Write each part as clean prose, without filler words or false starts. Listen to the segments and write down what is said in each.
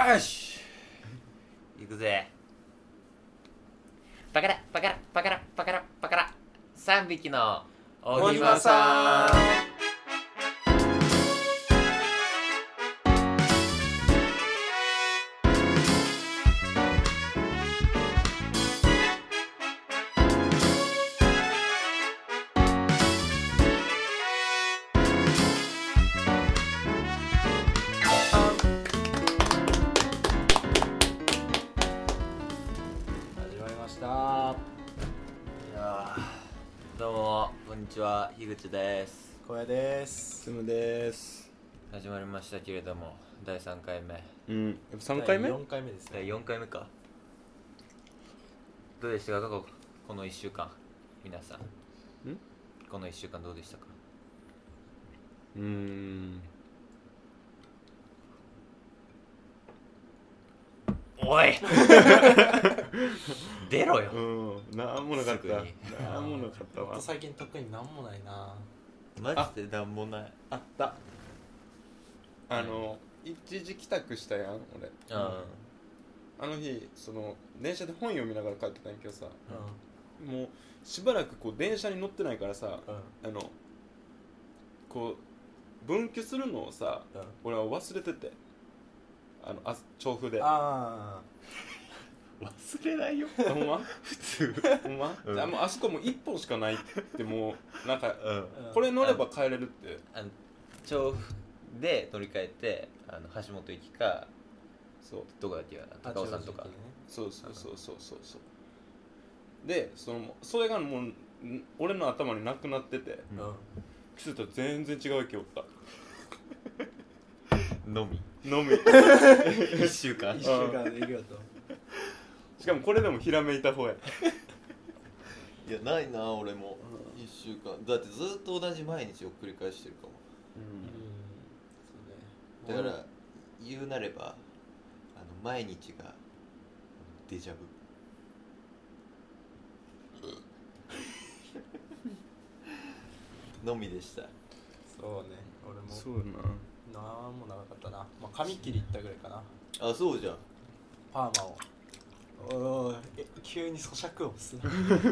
よし行くぜ。パカラパカラパカラパカラパカラ3匹のおひまさん。どうもこんにちは、樋口です。 小屋です。 つむです。 始まりましたけれども、第3回目。 やっぱ3回目第4回目ですね。 第4回目か。どうでしたか、この1週間。皆さんこの1週間どうでしたか。おい出ろよ。 なんもなかった。なんもなかったわ。 最近特になんもないな。 マジでなんもない。 あった。一時帰宅したやん俺。あの日電車で本読みながら帰ってたんやけどさ、もうしばらくこう電車に乗ってないからさ、こう分岐するのをさ、俺は忘れてて、調布で。 忘れないよ。 ほんま普通ほんま、じゃあもうあそこもう1本しかないってもうなんか、これ乗れば帰れるって。 調布で乗り換えて橋本行きか、 そうどこだっけな、高尾山とか、 そうでそれがもう俺の頭になくなってて、気づいたら全然違う駅おった。 のみ1週間 1週間でいるよと。 しかもこれでもひらめいた方や。 いやないな、俺も1週間だってずっと同じ毎日を繰り返してるかも。だから言うなれば毎日がデジャブのみでした。 そうね、俺もそうやな。 なんもなかったな。まあ髪切り行ったぐらいかな。 あ、そうじゃん。 パーマを急に咀嚼音すな。そうだ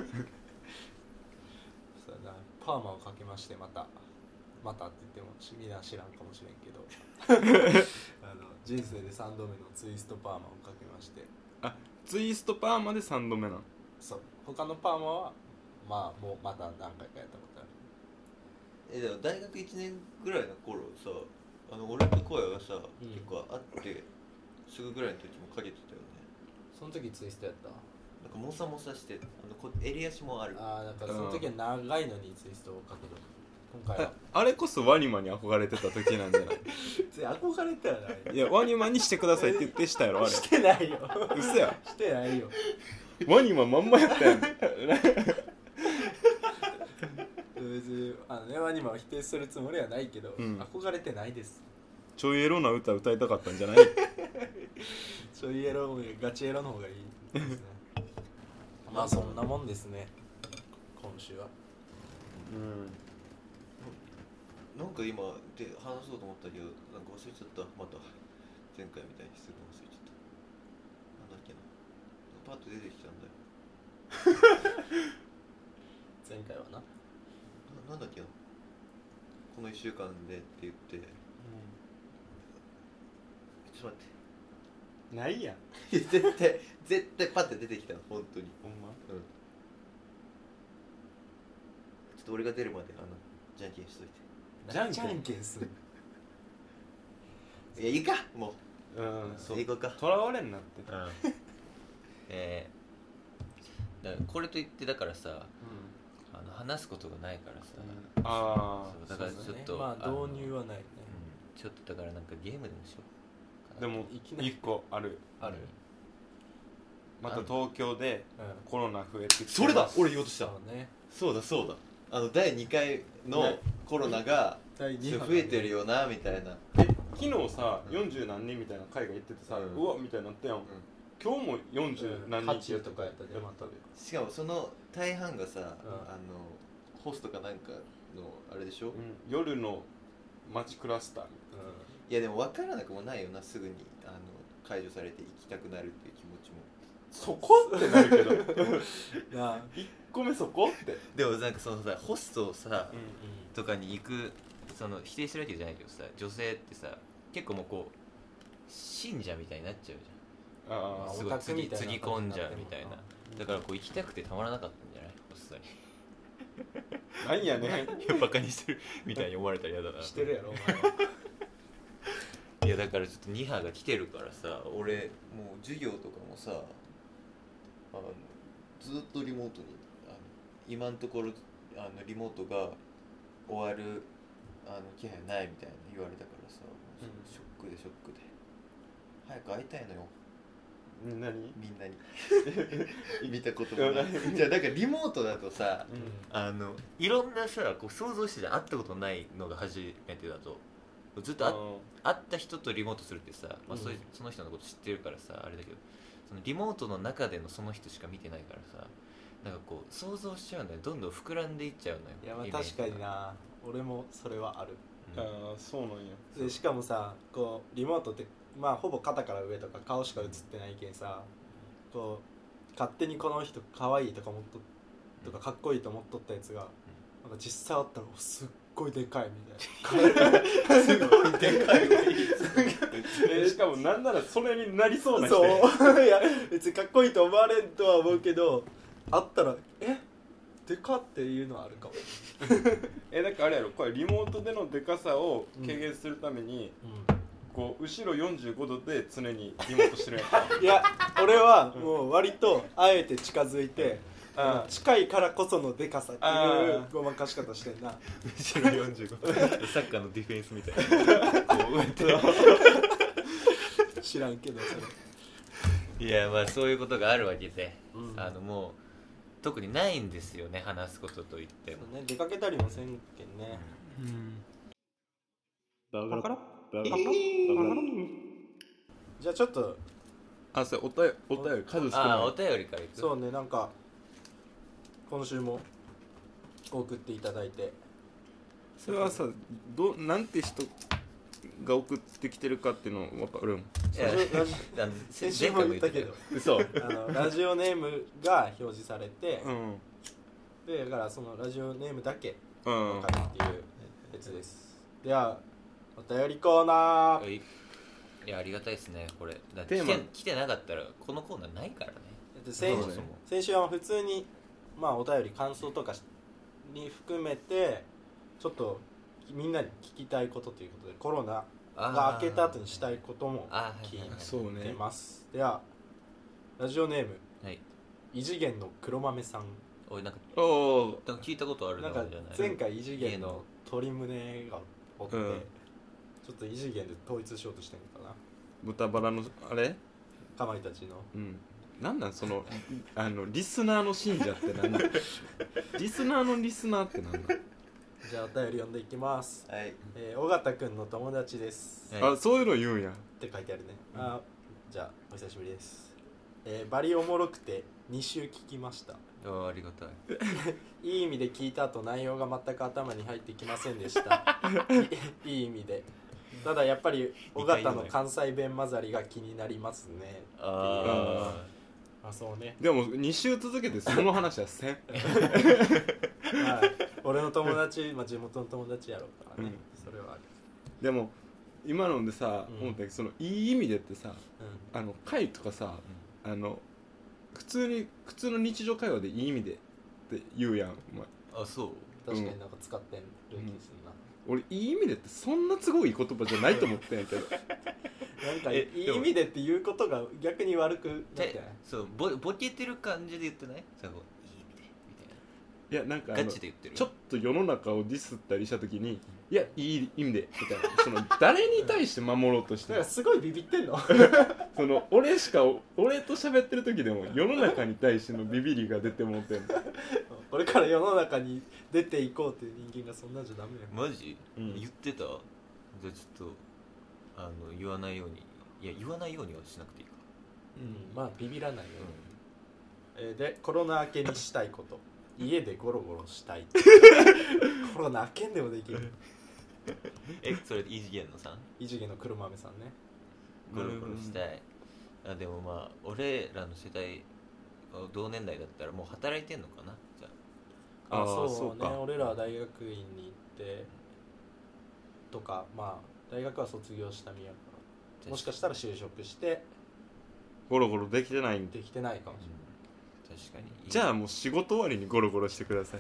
な、パーマをかけまして、またって言ってもみんな知らんかもしれんけど人生で3度目のツイストパーマをかけまして。 ツイストパーマで3度目なん。 そう、他のパーマはまあもうまた何回かやったことある。 でも大学1年ぐらいの頃さ、俺と声がさ、結構会ってすぐぐらいの時もかけてたよね。 その時ツイストやった。 なんかモサモサして襟足もある。 なんかその時は長いのにツイストをかける。今回はあれこそワニマに憧れてた時なんじゃない？ 憧れてはない。 いや、ワニマにしてくださいって言ってしたやろあれ。 してないよ。 嘘や。 してないよ。 ワニマまんまやったやん。 別にワニマを否定するつもりはないけど、憧れてないです。 ちょいエロな歌歌いたかったんじゃない？ ちょいエロ、ガチエロの方がいいですね。まあそんなもんですね、今週は。 なんか今で話そうと思ったけど、なんか忘れちゃった。また前回みたいにすぐ忘れちゃった。なんだっけな、パッと出てきたんだよ。 前回はなんだっけな、この1週間でって言って、ちょっと待って、 ないやん。 絶対パッて出てきたの、本当に。 ほんま？ ちょっと俺が出るまでじゃんけんしといて。 じゃんけんする。 いや、いいかもう。 そう行こうか。 とらわれんなって。 だからこれといってだからさ、話すことがないからさ、 そうだからちょっと、 まあ導入はないね。 ちょっとだからなんかゲームでもしよう。 でも1個ある。また東京でコロナ増えてきて。 それだ、俺言おうとした。 そうだ第2回のコロナが増えてるよなみたいな。 昨日さ、40何人みたいな海外行っててさ、うわみたいになったやん。今日も40何人とかやったで、またで。 しかもその大半がさ、ホストかなんかのあれでしょ、 夜の街クラスターみたいな。 いやでも分からなくもないよな、すぐに解除されて行きたくなるっていう気持ちも。 そこってなるけどなあ 1個目そこってでもなんかそのさホストをさ、 うんとかに行く、その否定するわけじゃないけどさ、女性ってさ結構もうこう信者みたいになっちゃうじゃん。 あすごいオタクみたいなつぎ込んじゃうみたいな。 うんだからこう行きたくてたまらなかったんじゃない、ホストに。 あなんやねいやバカにしてるみたいに思われたら嫌だな。 してるやろお前はいやだからちょっと2波が来てるからさ、俺もう授業とかもさずっとリモートに今のところリモートが終わる気配ないみたいな言われたからさ、 うんショックで早く会いたいのよ、 何みんなに見たこともないじゃあだからリモートだとさ、いろんなさこう想像して会ったことないのが初めてだと、ずっと会った人とリモートするってさ、まあ、その人のこと知ってるからさあれだけど、そのリモートの中でのその人しか見てないからさ、なんかこう想像しちゃうのよ、どんどん膨らんでいっちゃうのよ。 いやまあイメージが確かにな、俺もそれはある。 ああそうなんやでしかもさこうリモートってまあほぼ肩から上とか顔しか映ってないけんさ、こう勝手にこの人可愛いとか思っととかかっこいいと思っとったやつが、なんか実際会ったらすっごいでかいみたいなすごいでかいしかもなんならそれになりそうな人そういや別にかっこいいと思われんとは思うけど、会ったらでかっていうのはあるかもだからあれやろ、これリモートでのでかさを軽減するために、こう後ろ45度で常にリモートしてるやんかいや俺はもう割とあえて近づいて、近いからこそのでかさっていうごまかし方してんな。 後ろ45サッカーのディフェンスみたいなこうやって知らんけどそれ。 いやまあそういうことがあるわけで、 うんもう特にないんですよね、話すことといっても。 そうね、出かけたりもせんけんね。 バカラじゃあちょっとあ、それお便り数少ない。 お便りからいく。 そうね、なんか今週も送っていただいて、 それはさ、なんて人が送ってきてるかっていうの分かるん？ いや先週も言ったけど嘘。 ラジオネームが表示されて、 うんでだからそのラジオネームだけうん分かるっていうやつです。ではお便りコーナー。 いやありがたいですねこれ。だってテーマ来てなかったらこのコーナーないからね。 先そうね週は普通にまあお便り感想とかに含めてちょっとみんなに聞きたいことということで、コロナが明けた後にしたいことも聞いそうねてます。ではラジオネームはい。 異次元の黒豆さん。 おいなんかお聞いたことあるなんかじゃない。 前回異次元の鶏胸がおって、 うんちょっと異次元で統一しようとしてんのかな、 豚バラのあれ？ かまいたちの。 なんそのリスナーの信者ってなんなん？リスナーのリスナーってなんなん？ じゃあお便り読んでいきます。 はい尾形くんの友達です、 はいあ、そういうの言うんや。 って書いてあるね。じゃあお久しぶりです。バリおもろくて2週聞きました。 ありがたい。 いい意味で聞いた後内容が全く頭に入ってきませんでしたいい意味で。ただやっぱり尾形の関西弁混ざりが気になりますね。 あそうね、 でも2週続けてその話はせん。 まあ、俺の友達、まあ、地元の友達やろうからね、それはある。 でも今のでさ、思ったけどそのいい意味でってさ、 うん会とかさ、普通の日常会話でいい意味でって言うやん。お前あそう確かになんか使ってる気するな、 俺いい意味でってそんな都合いい言葉じゃないと思ってんやけどなんかいい意味でっていうことが逆に悪くなってない。 そうボケてる感じで言ってない？そういい意味でみたいいやなんかなガチで言ってる。 ちょっと世の中をディスったりした時にいやいい意味でみたいな、その誰に対して守ろうとしてなんかすごいビビってんのその俺と喋ってる時でも世の中に対してのビビりが出てもってんの。 これから世の中に出ていこうっていう人間がそんなんじゃダメよ。 マジ、言ってた？じゃあちょっと言わないように。いや言わないようにはしなくていいか。 まあビビらないように、でコロナ明けにしたいこと、家でゴロゴロしたいコロナ明けんでもできるそれ異次元のさん異次元の黒豆さんね。 ゴロゴロしたい。あでもまあ俺らの世代同年代だったらもう働いてんのかな。じゃあそうね。 そうか俺らは大学院に行ってとか、まあ大学は卒業した身やかあら、もしかしたら就職してゴロゴロできてないんで。 できてないかもしれない。 確かにじゃあもう仕事終わりにゴロゴロしてください。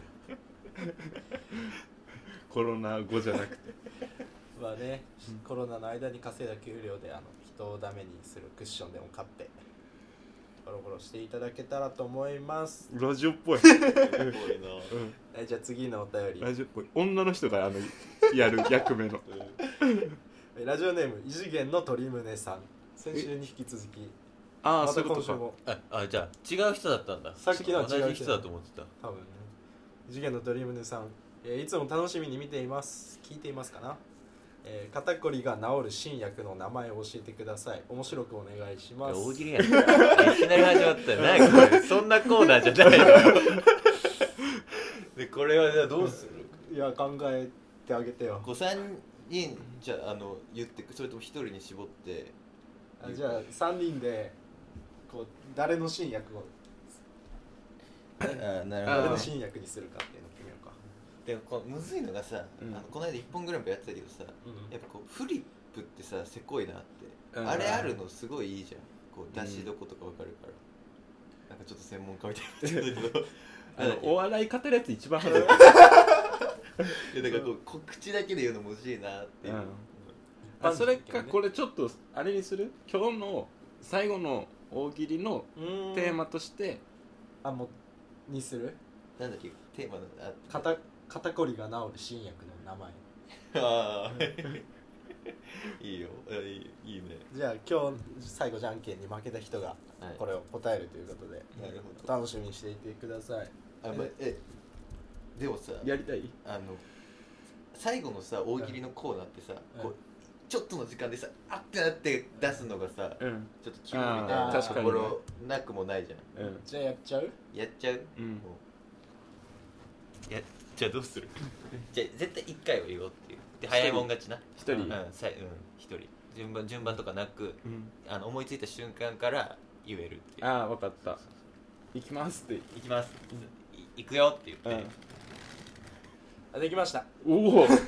コロナ後じゃなくて。 まあね、コロナの間に稼いだ給料で人をダメにするクッションでも買ってゴロゴロしていただけたらと思います。 ラジオっぽい。 すごいな。 じゃあ次のお便り。 ラジオっぽい。女の人がやる役目の。 ラジオネーム異次元の鳥宗さん。先週に引き続きああ、 まそういうことか。 た今週もじゃあ違う人だったんだ。 さっきのは違う人同じ人だと思ってた。 多分ね。異次元の鳥宗さん、いつも楽しみに見ています。聞いていますかな。肩こりが治る新薬の名前を教えてください。面白くお願いします。 大喜利やん。いきなり始まったよ。何これ、そんなコーナーじゃないのよ。でこれはじゃあどうする？ いや考えてあげてよ。 3人じゃあ言ってく、それとも1人に絞って。 じゃあ3人でこう誰の新薬をなる誰ほどね。 の新薬にするかっていうのを決めようか。 でもこのむずいのがさ、この間1本グランプリやってたけどさ、 うんやっぱこうフリップってさせこいなって、 うんあれあるのすごいいいじゃん。こう出しどことかわかるから、なんかちょっと専門家みたいになってるけどお笑い勝てるやつ一番早い。 いやだからこう告知だけで言うのも欲しいなっていう、 それかこれちょっとあれにする？今日の最後の大喜利のテーマとしてもうにする。 なんだっけテーマの肩こりが治る新薬の名前。 ああいいよ、いいね。 じゃあ今日最後じゃんけんに負けた人がはいこれを答えるということで、 なるほど。 楽しみにしていてください。 でもさ、 やりたい？ 最後のさ大喜利のコーナーってさ、 うんこうちょっとの時間でさあってなって出すのがさ、 うんちょっと気分みたいなあーところなくもないじゃん。 うんじゃあやっちゃう。 やっちゃう。 うんもうじゃあどうする？じゃあ絶対1回は言おうっていう。で早いもん勝ちな。 一人うん、1人順番とかなく、 うん思いついた瞬間から言えるっていう。 ああ分かった。行きますって。 行きます、行くよって言って、 うんできました。 おおはい。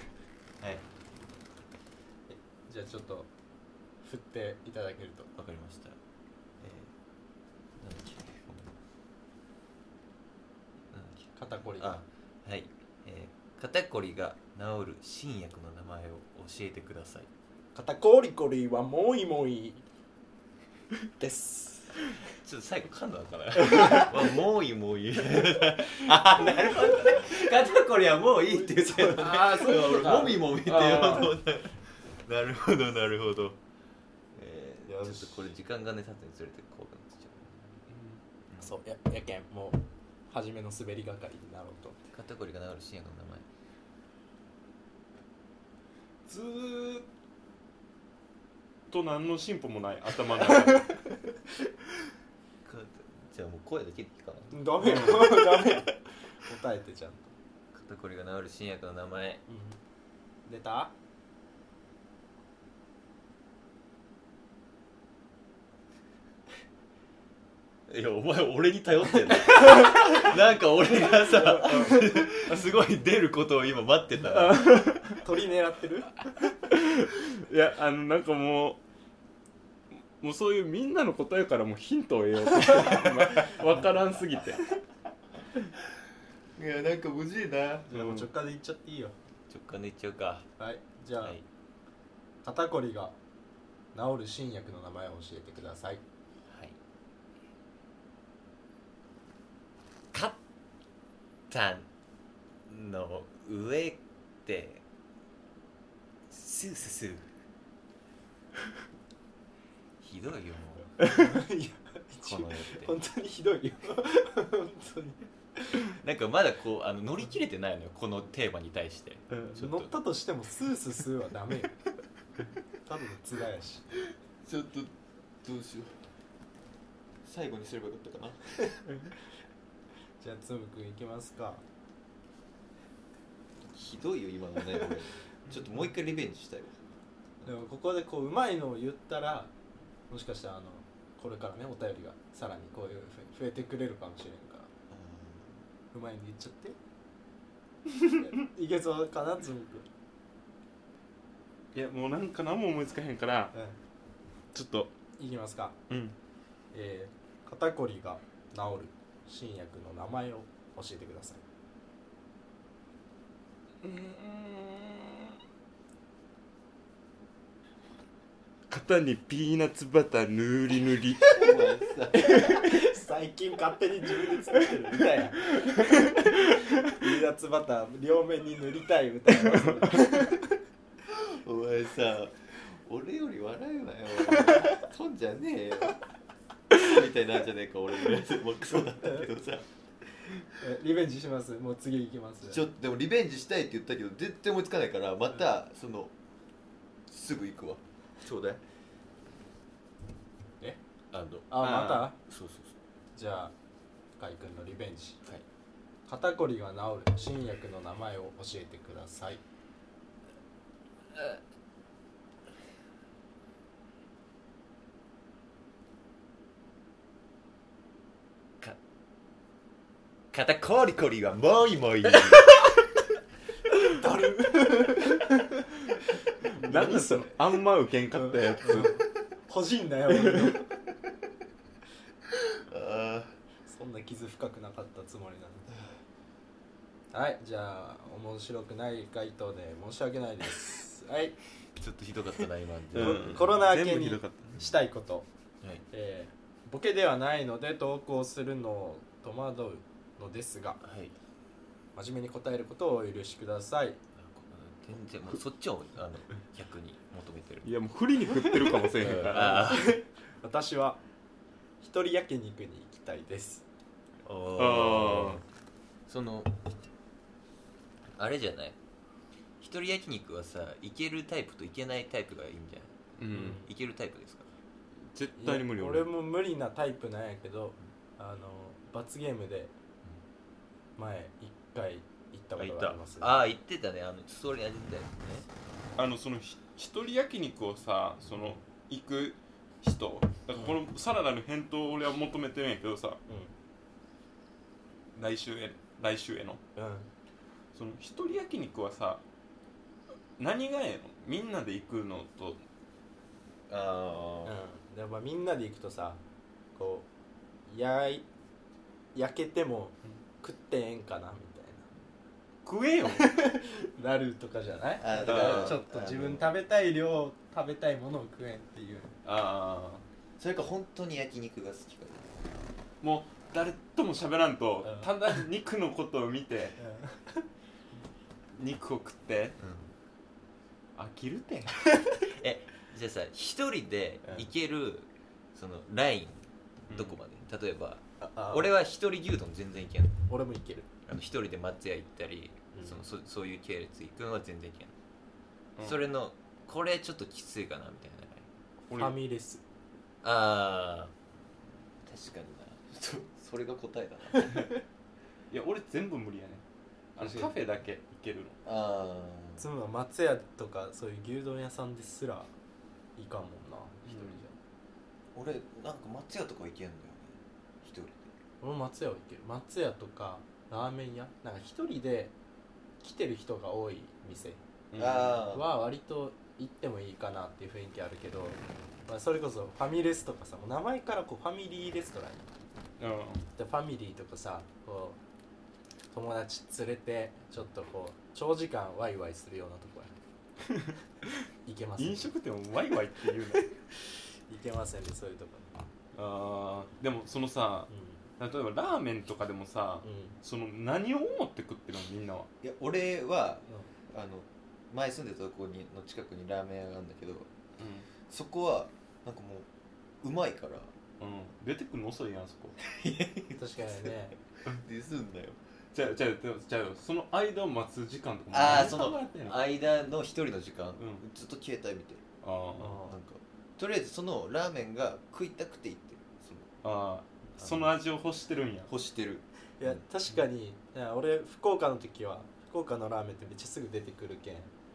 じゃあちょっと振っていただけると。 わかりました。なんだっけ。なんだっけ。 肩こり。 はい。肩こりが治る新薬の名前を教えてください。 肩こりこりはもいもいです。 ちょっと最後噛んだのかな。もういいもういい。あ、なるほどね。肩こりはもういいって言ってるのね。 ああそういうことか。 もみもみって言うの。なるほどなるほど。 よしちょっとこれ時間がね経つにつれてこうなっちゃう。 そうやけんもう初めの滑り係になろうと。 肩こりが治る新薬の名前。 ずーっと何の進歩もない頭の中で。 じゃあもう声だけでいいかな。 ダメよダメよ。答えてちゃんと。 肩こりが治る新薬の名前。 出た？ いやお前俺に頼ってんの。なんか俺がさすごい出ることを今待ってた。 鳥狙ってる？ いやなんかもうそういうみんなの答えからもうヒントを得ようと分からんすぎて。 いやなんかむずいな。 じゃあもう直感でいっちゃっていいよ。 直感でいっちゃうか。 はい。じゃあ、 はい。 肩こりが治る新薬の名前を教えてください。 はい肩の上でスースーひどいよもういやこの世って本当にひどいよ本当になんかまだこう乗り切れてないのよこのテーマに対して。ちょっと乗ったとしてもスーススーはダメよただのつがやし。 ちょっとどうしよう最後にすればよかったかな。 じゃあつむくんいきますか。 ひどいよ今のねこれちょっともう一回リベンジしたいわ。 でもここでこううまいのを言ったらもしかしたらこれからねお便りがさらにこういう増えてくれるかもしれんからうまいの言っちゃっていけそうかなつむくん。 いやもうなんか何も思いつかへんからちょっといきますか。 うん肩こりが治る新薬の名前を教えてください。 肩にピーナッツバター塗り塗りお前さ最近勝手に自分で作ってる歌やピーナッツバター両面に塗りたい歌やお前さ俺より笑うなよそんじゃねえよみたいなんじゃねえか俺のやつもクソだったけどさリベンジします。もう次行きます。 ちょっとでもリベンジしたいって言ったけど絶対思いつかないからまたすぐ行くわ。ちょうだい。またそうじゃあカイ君のリベンジ。 はい。 肩こりが治る新薬の名前を教えてください。 肩コリコリはもいもいだるなんだそのあんま受けんかったやつほじんなよ俺のあそんな傷深くなかったつもりなの。はい、じゃあ面白くない回答で申し訳ないですはいちょっとひどかったな今で、 うんコロナ明けに全部ひどかったしたいこと、 はいボケではないので投稿するのを戸惑うのですがはい真面目に答えることをお許しください。 全然もうそっちを逆に求めてる。 いやもう振りに振ってるかもしれへんからあ私は一人焼肉に行きたいです。 ああれじゃない、一人焼肉はさいけるタイプといけないタイプがいいんじゃない。 うんいけるタイプですか。 絶対に無理。 俺も無理なタイプなんやけど罰ゲームで前一回行ったことがあります、ね、 ああ言ってたね、ストーリーに出てたやつね。 その一人焼肉をさ行く人だからこのさらなる返答を俺は求めてるんやけどさ、来週へのその一人焼肉はさ何がええの、みんなで行くのとでもみんなで行くとさこう焼けても食ってええんかなみたい食えよななるとかじゃない。 だだからちょっと自分食べたい量食べたいものを食えんっていう。 それか本当に焼肉が好きか。 もう誰とも喋らんと、ただ肉のことを見て、肉を食って、飽きるてじゃあさ一人で行けるそのラインどこまで、例えば俺は一人牛丼全然いけんの。 俺もいける。 一人で松屋行ったり、そういう系列行くのは全然いけん、それのこれちょっときついかなみたいな。ファミレス。 ああ確かになそれが答えだないや俺全部無理やね。カフェだけ行けるの。 つむは松屋とかそういう牛丼屋さんですらいかんもんな一人じゃ。 俺なんか松屋とか行けんのよね一人で。 俺も松屋は行ける。松屋とかラーメン屋なんか一人で来てる人が多い店は割と行ってもいいかなっていう雰囲気あるけど、それこそファミレスとかさもう名前からこうファミリーレストランに、でファミリーとかさこう友達連れてちょっとこう長時間ワイワイするようなとこや行けますね。 飲食店もワイワイっていうの行けませんねそういうとこでもそのさ、例えばラーメンとかでもさ、その何を思って食ってるのみんなは。 いや俺は、前住んでたとこの近くにラーメン屋があるんだけど、そこはなんかもううまいから、 出てくるの遅いやんそこ確かにねですんだよ。 じゃあその間を待つ時間とかもその間の一人の時間、ずっと携帯見てなんかとりあえずそのラーメンが食いたくて行ってる。 その味を欲してるんや。 欲してる。 いや確かに俺福岡の時は福岡のラーメンってめっちゃすぐ出てくるけん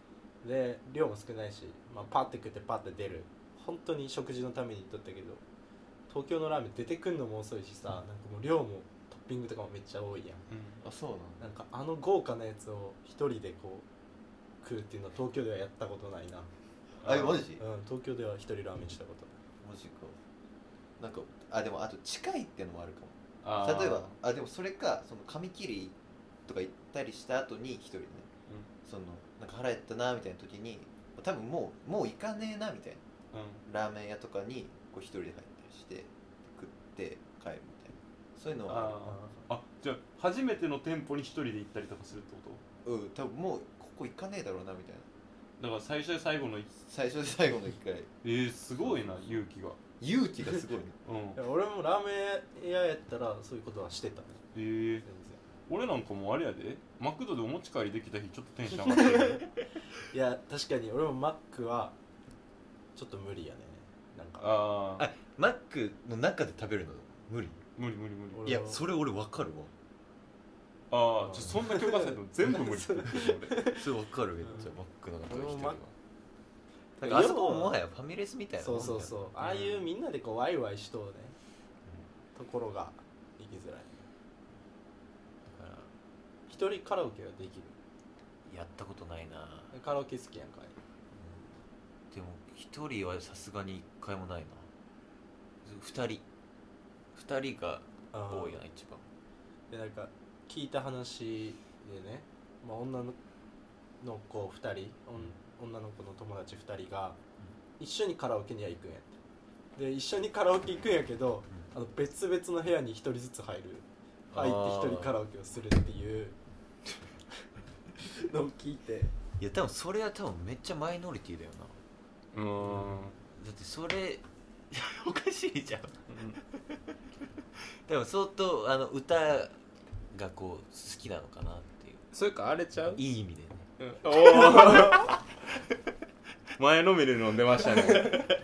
で量も少ないし、まあ、パッて食ってパッて出る本当に食事のために行っとったけど、東京のラーメン出てくんのも遅いしさ、なんかもう量もトッピングとかもめっちゃ多いやん。 あ、そうななんかあの豪華なやつを一人でこう食うっていうのは東京ではやったことないな。 マジ東京では一人ラーメンしたことマジか。なんかでもあと近いっていうのもあるかも。 あー例えばでもそれかその髪切りとか行ったりした後に一人でね、そのなんか腹減ったなみたいな時に多分もう行かねえなみたいな、ラーメン屋とかにこう一人で入ったりして食って帰るみたいな、そういうのはあじゃあ初めての店舗に一人で行ったりとかするってこ多分もうここ行かねえだろうなみたいな、 と？だから最初で最後の最初で最後の一回すごいな勇気が。 勇気がすごいねいや俺もラーメン屋やったらそういうことはしてたね。全然俺なんかもうあれやで、マクドでお持ち帰りできた日ちょっとテンション上がってるいや確かに俺もマックはちょっと無理やね。なんかマックの中で食べるの無理。 無理俺いやそれ俺分かるそんな教科書でも全部無理って言ってるわそれ分かるめっちゃ、マックの中で一人はなんかあそこももはやファミレスみたいなもんだよ。 そうああいうみんなでこうワイワイしとうね、ところが行きづらい。 だから一人カラオケはできる。 やったことないな。 カラオケ好きやんかい。 でも一人はさすがに一回もないな。二人が多いな一番。 でなんか聞いた話でね、まあ、女の子2人、女の子の友達2人が一緒にカラオケには行くんやって。で一緒にカラオケ行くんやけど、別々の部屋に1人ずつ入って1人カラオケをするっていうのを聞いて、 いや多分それはめっちゃマイノリティだよな。だってそれおかしいじゃんでも相当歌がこう好きなのかなっていう、 それかあれちゃう？ いい意味でね。 前のめり飲んでましたね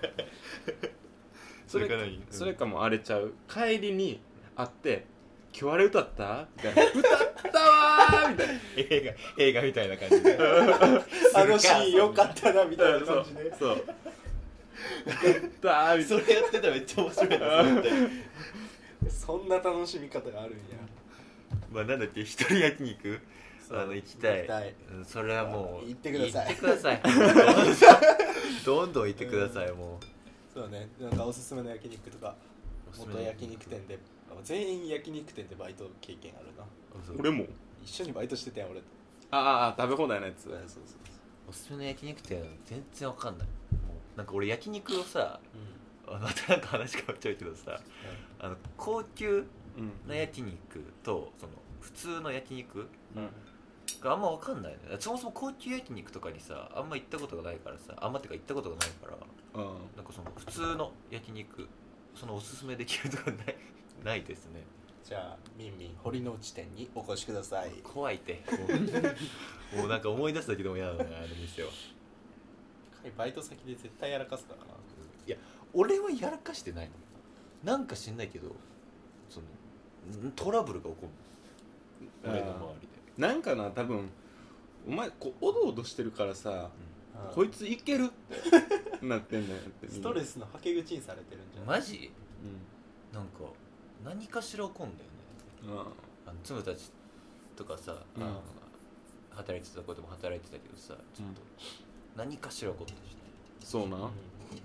それか何？ それかもあれちゃう？帰りに会って今日あれ歌った？みたいな歌ったわーみたいな映画みたいな感じであのシーン良かったなみたいな感じで、 そう歌ったーみたいな。 それやってたらめっちゃ面白いなそんな楽しみ方があるんや。 まあなんだっけ、一人焼肉行きたい。それはもう行ってください。 行ってくださいどんどん行ってください、もう。 そうね、なんかおすすめの焼肉とか元焼肉店で、全員焼肉店でバイト経験あるな。 俺も一緒にバイトしてたやん俺と。 食べ放題のやつ。 そうおすすめの焼肉店全然わかんない。もうなんか俺焼肉をさ、またなんか話変わっちゃうけどさ、高級な焼肉とその普通の焼肉があんま分かんないね。そもそも高級焼肉とかにさあんま行ったことがないからさ、あんまってか行ったことがないから、なんかその普通の焼肉そのおすすめできるとかないですね。 じゃあみんみん堀之内店にお越しください。 怖いってもうなんか思い出すだけでも嫌だな、あの店は。 バイト先で絶対やらかすからな。 いや俺はやらかしてないの。なんか知んないけどそのトラブルが起こる、俺の周りで。 なんかな、多分お前こうおどおどしてるからさ、こいついけるってなってんだよってストレスのはけ口にされてるんじゃない？ マジ？なんか何かしら起こんだよね。つむたちとかさ、働いてたとこでも働いてたけどさ、ちょっと何かしら起こったしね。 そうな、 なんでだろうね。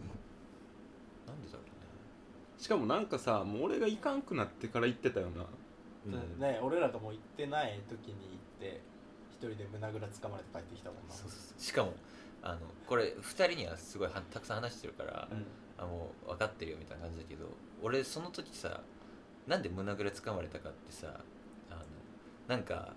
しかもなんかさ、もう俺が行かんくなってから行ってたよな。 ね、俺らがもう行ってない時に行って一人で胸ぐらつかまれて帰ってきたもんな。 そうしかもこれ2人にはすごいたくさん話してるから、もう分かってるよみたいな感じだけど、俺その時さなんで胸ぐらつかまれたかってさ、なんか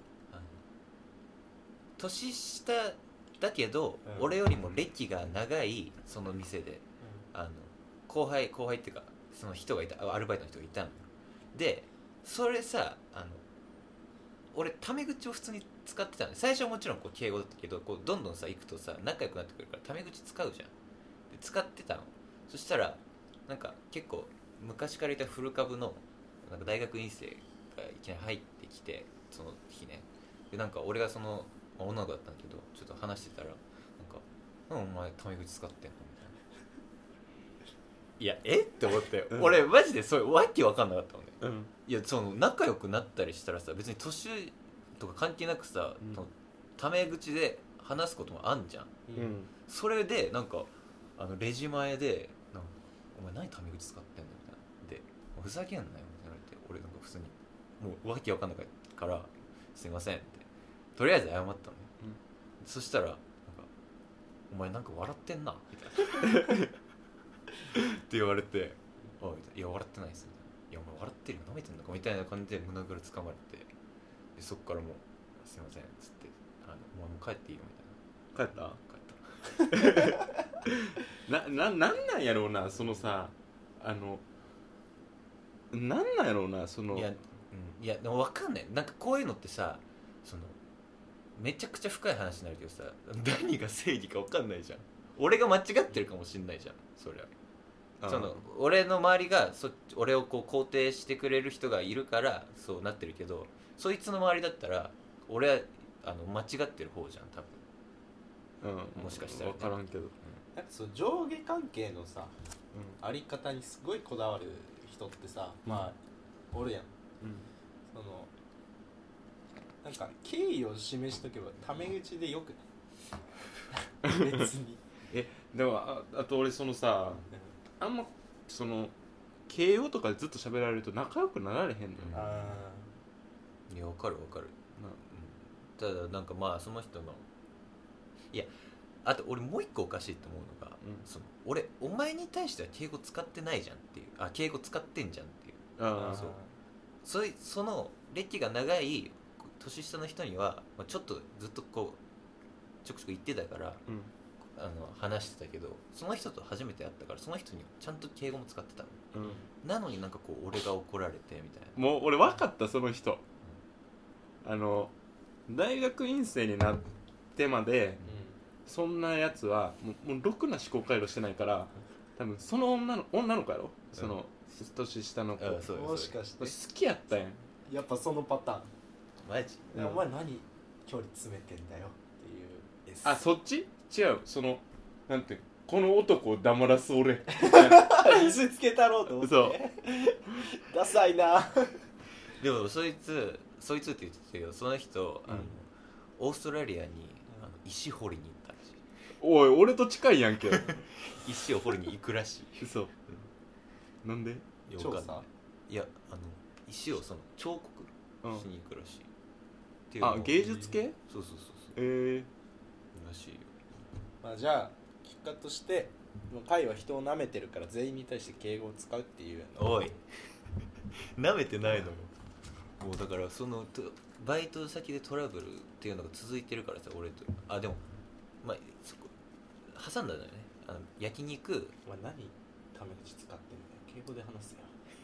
年下だけど、俺よりも歴が長いその店で、後輩っていうかその人がいた、アルバイトの人がいたのよ。でそれさ俺タメ口を普通に使ってたの。最初はもちろんこう敬語だったけど、こうどんどんさ行くとさ仲良くなってくるからタメ口使うじゃん。で使ってたの。そしたらなんか結構昔からいた古株のなんか大学院生がいきなり入ってきて、その日ね。でなんか俺がその女の子だったんだけどちょっと話してたら、なんかお前タメ口使ってんのみたいないやって思って、俺マジでそれわけわかんなかったのね、いやその仲良くなったりしたらさ別に年とか関係なくさ、そのタメ口で話すこともあんじゃん、それでなんかレジ前でなんかお前何タメ口使ってんのみたいなでふざけんなよって言われて、俺なんか普通にもうわけわかんないからすいませんってとりあえず謝ったのね、そしたらなんかお前なんか笑ってんなみたいなって言われて、あみたいないや笑ってないですみたいな、いやお前笑ってるよ舐めてんのかみたいな感じで胸ぐらつかまれて、でそっからもうすいませんっつってお前もう帰っていいよみたいな帰ったなんなんやろうなそのさなんなんやろうなそのいやでも分かんないなんかこういうのってさそのめちゃくちゃ深い話になるけどさ何が正義か分かんないじゃん、俺が間違ってるかもしんないじゃんそりゃその俺の周りが俺をこう肯定してくれる人がいるからそうなってるけど、そいつの周りだったら俺は間違ってる方じゃん多分、もしかしたら、ね、 分からんけど、 なんかそう上下関係のさ、あり方にすごいこだわる人ってさ、まあおるやん、そのなんか敬意を示しとけばタメ口でよくない別にでもあと俺そのさあんまその敬語とかでずっと喋られると仲良くなられへんのよ、 いや分かるただなんかまあその人のいやあと俺もう一個おかしいと思うのが、その俺お前に対しては敬語使ってないじゃんっていう敬語使ってんじゃんっていうその歴が長い年下の人にはちょっとずっとこうちょくちょく言ってたから、話してたけどその人と初めて会ったからその人にはちゃんと敬語も使ってたの、なのになんかこう俺が怒られてみたいな、 もう俺分かったその人、大学院生になってまで、そんなやつはもうろくな思考回路してないから多分その女の子やろ、その年下の子、 もしかして好きやったやんやっぱそのパターンマジ、 お前何距離詰めてんだよっていう、 そっち違うそのなんてこの男を黙らす俺見せつけたろうと思ってそうダサいなでもそいつって言ってたけどその人、オーストラリアに石掘りに行ったらしい。 おい俺と近いやんけ石を掘りに行くらしい。 嘘、なんで調査いや石をその彫刻しに行くらしい、っていうあ芸術系そうらしいよ。 まあじゃあ結果として会は人を舐めてるから全員に対して敬語を使うっていうおい舐めてないのよもうだからそのバイト先でトラブルっていうのが続いてるからさ俺とでもまあそこ挟んだんだよね焼肉お前何タメ口使ってんだよ敬語で話すよ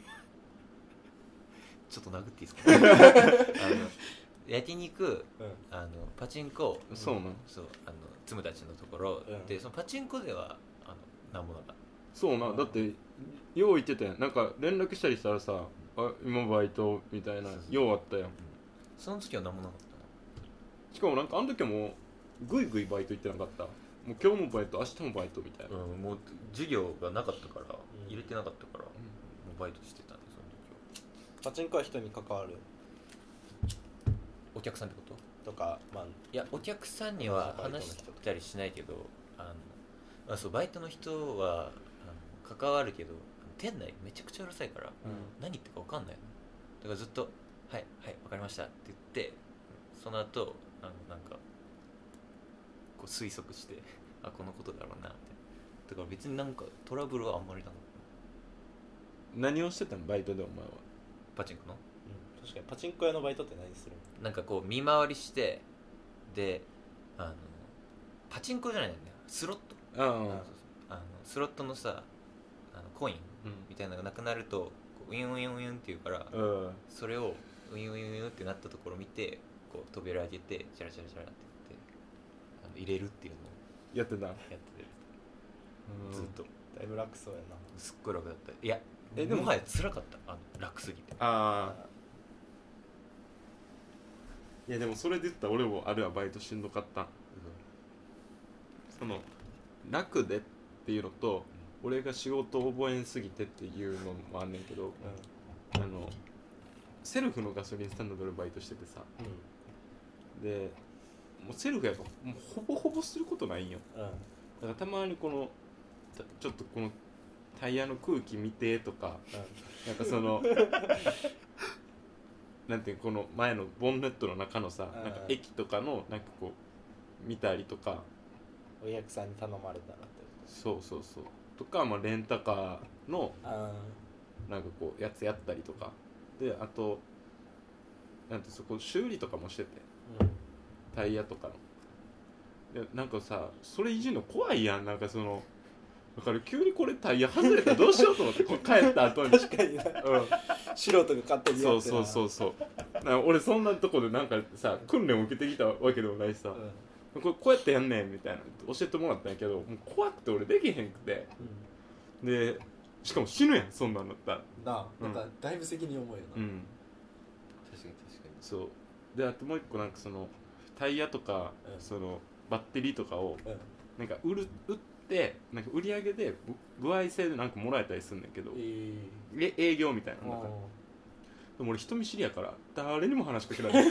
ちょっと殴っていいですか焼肉、パチンコ、 そうなんそうつむたちのところ、でそのパチンコではなんもなかった。 そうな、だってよう言ってたやん、なんか連絡したりしたらさ今バイトみたいなようあったやん、 その時はなんもなかったしかもなんかあの時はもうグイグイバイト行ってなかった、もう今日もバイト明日もバイトみたいな、 もう授業がなかったから、入れてなかったから、もうバイトしてたんでその時パチンコは人に関わるは。お客さんってこととか、 いやお客さんには話したりしないけどそうバイトの人は関わるけど店内めちゃくちゃうるさいから、何言ってるか分かんないのだからずっと「はいはい分かりました」って言ってその後なんかこう推測してこのことだろうなってだから別になんかトラブルはあんまりなかった。 何をしてたのバイトでお前は。 パチンコの確かにパチンコ屋のバイトって何するの？ なんかこう見回りしてでパチンコじゃないんだよスロットスロットのさコインみたいなのがなくなるとこうウィンウィンウィンって言うから、それをウィンウィンウィンってなったところを見てこう扉開けてチャラチャラチャラって言って入れるっていうのをやってた。 やっててずっとだいぶ楽そうやな。 すっごい楽だった。いやでももはや辛かった楽すぎて。 いやでもそれで言ったら俺もあるわバイトしんどかった、その楽でっていうのと、俺が仕事を覚えんすぎてっていうのもあんねんけど、セルフのガソリンスタンドで俺バイトしててさ、でもうセルフやっぱもうほぼほぼすることないんよ。だからたまにこのちょっとこのタイヤの空気見てとか、なんかそのなんていうこの前のボンネットの中のさ、なんか液とかのなんかこう見たりとか、 お客さんに頼まれたらってそうとか、まあ、レンタカーのなんかこうやつやったりとかで、あとなんてそこ修理とかもしてて、タイヤとかので、なんかさそれいじるの怖いやん。なんかそのだから急にこれタイヤ外れたらどうしようと思ってこう帰った後に確かにな、素人が勝手にやってな。 そうなんか俺そんなとこでなんかさ訓練を受けてきたわけでもないしさ、こうやってやんねんみたいな教えてもらったんやけど、もう怖くて俺できへんくて、でしかも死ぬやんそんなんだったらなんかだいぶ責任重いよな。 確かにそうで、あともう一個なんかそのタイヤとか、そのバッテリーとかをなんか売ってなんか売り上げで歩合制でなんかもらえたりするんだけど、営業みたいなの中でも俺人見知りやから誰にも話しかけられない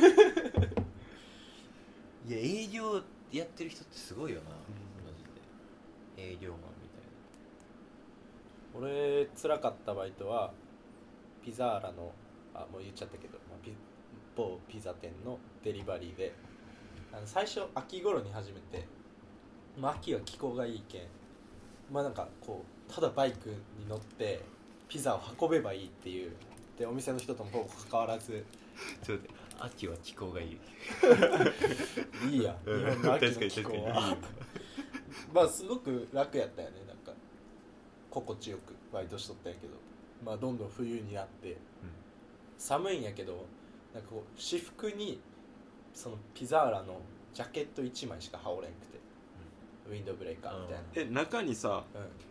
いや営業やってる人ってすごいよな、マジで営業マンみたいな。 俺辛かったバイトはピザーラのもう言っちゃったけど、某ピザ店のデリバリーで、最初秋頃に始めて、秋は気候がいいけん、なんかこうただバイクに乗ってピザを運べばいいっていうで、お店の人ともほぼ関わらず、 ちょっと秋は気候がいいいいや日本の秋の気候はすごく楽やったよね。なんか心地よくバイトしとったんやけど、どんどん冬になって、寒いんやけど、なんかこう私服にそのピザーラのジャケット1枚しか羽織れんくて、ウィンドブレーカーみたいな、 中にさ、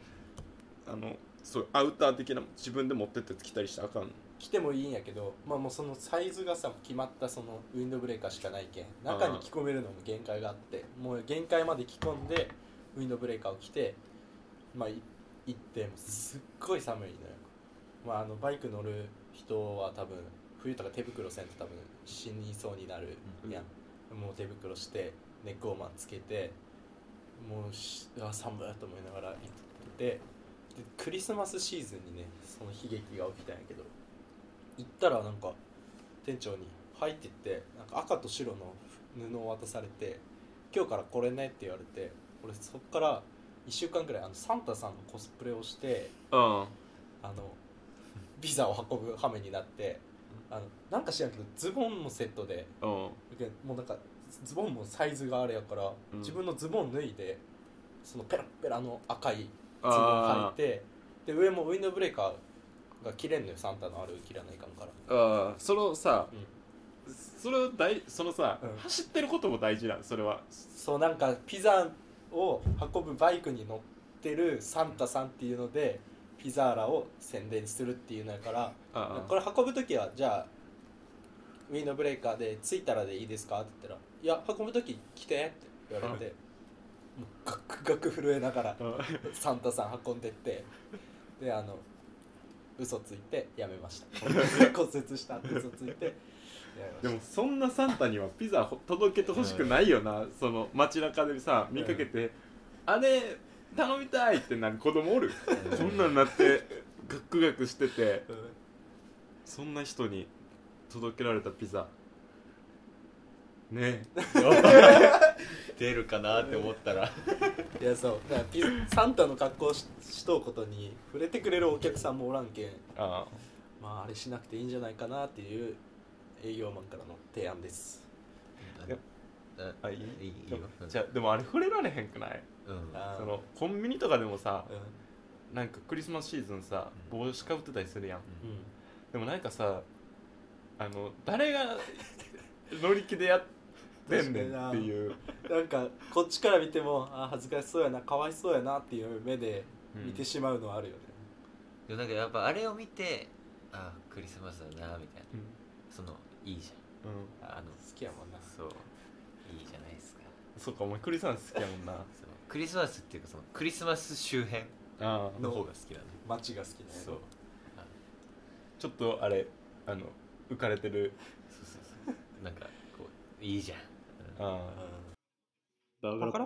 そうアウター的な自分で持ってって着たりしてあかんの？ 着てもいいんやけど、もうそのサイズがさ決まったそのウィンドブレーカーしかないけん、中に着込めるのも限界があって、もう限界まで着込んでウィンドブレーカーを着て行ってすっごい寒いのよ。バイク乗る人は多分冬とか手袋せんと多分死にそうになるやん、もう手袋してネックウォーマーつけて、もう寒いと思いながら行ってでクリスマスシーズンにねその悲劇が起きたんやけど、行ったらなんか店長に入ってってなんか赤と白の布を渡されて、今日からこれねって言われて、俺そっから1週間くらいサンタさんのコスプレをしてピザを運ぶ羽目になって、なんか知らんけどズボンのセットで、もうなんかズボンもサイズがあれやから、自分のズボン脱いでそのペラペラの赤いズボン履いて、で上もウィンドブレーカーが切れんのよ、サンタのある切らないかんから。 そのさ、それをそのさ、走ってることも大事なのそれは。 そう、なんかピザを運ぶバイクに乗ってるサンタさんっていうのでピザーラを宣伝するっていうのやから、これ運ぶときはじゃあウィンドブレーカーで着いたらでいいですかって言ったら、いや運ぶとき来てって言われて、もうガクガク震えながらサンタさん運んでって、で嘘ついてやめました骨折したって嘘ついてでもそんなサンタにはピザ届けてほしくないよな、その街中でさ見かけて、あれ頼みたいってなる子供おる、そんなんなってガクガクしてて、そんな人に届けられたピザね出るかなって思ったらいやそうだからサンタの格好を しとうことに触れてくれるお客さんもおらんけん、あれしなくていいんじゃないかなっていう営業マンからの提案です。 いいよ。 じゃあでもあれ触れられへんくない？そのコンビニとかでもさ、なんかクリスマスシーズンさ帽子かぶってたりするやん、でもなんかさ誰が乗り気でやってんねんっていうなんかこっちから見ても恥ずかしそうやな、かわいそうやなっていう目で見てしまうのはあるよね、 でもなんかやっぱあれを見てクリスマスだなみたいな、そのいいじゃん、 好きやもんな。 そういいじゃないですか。 そっか、お前クリスマス好きやもんなそうクリスマスっていうかそのクリスマス周辺あの方が好きなの。 街が好きだよね。 そうちょっとあれ浮かれてるそうそうそうなんかこういいじゃん。 だから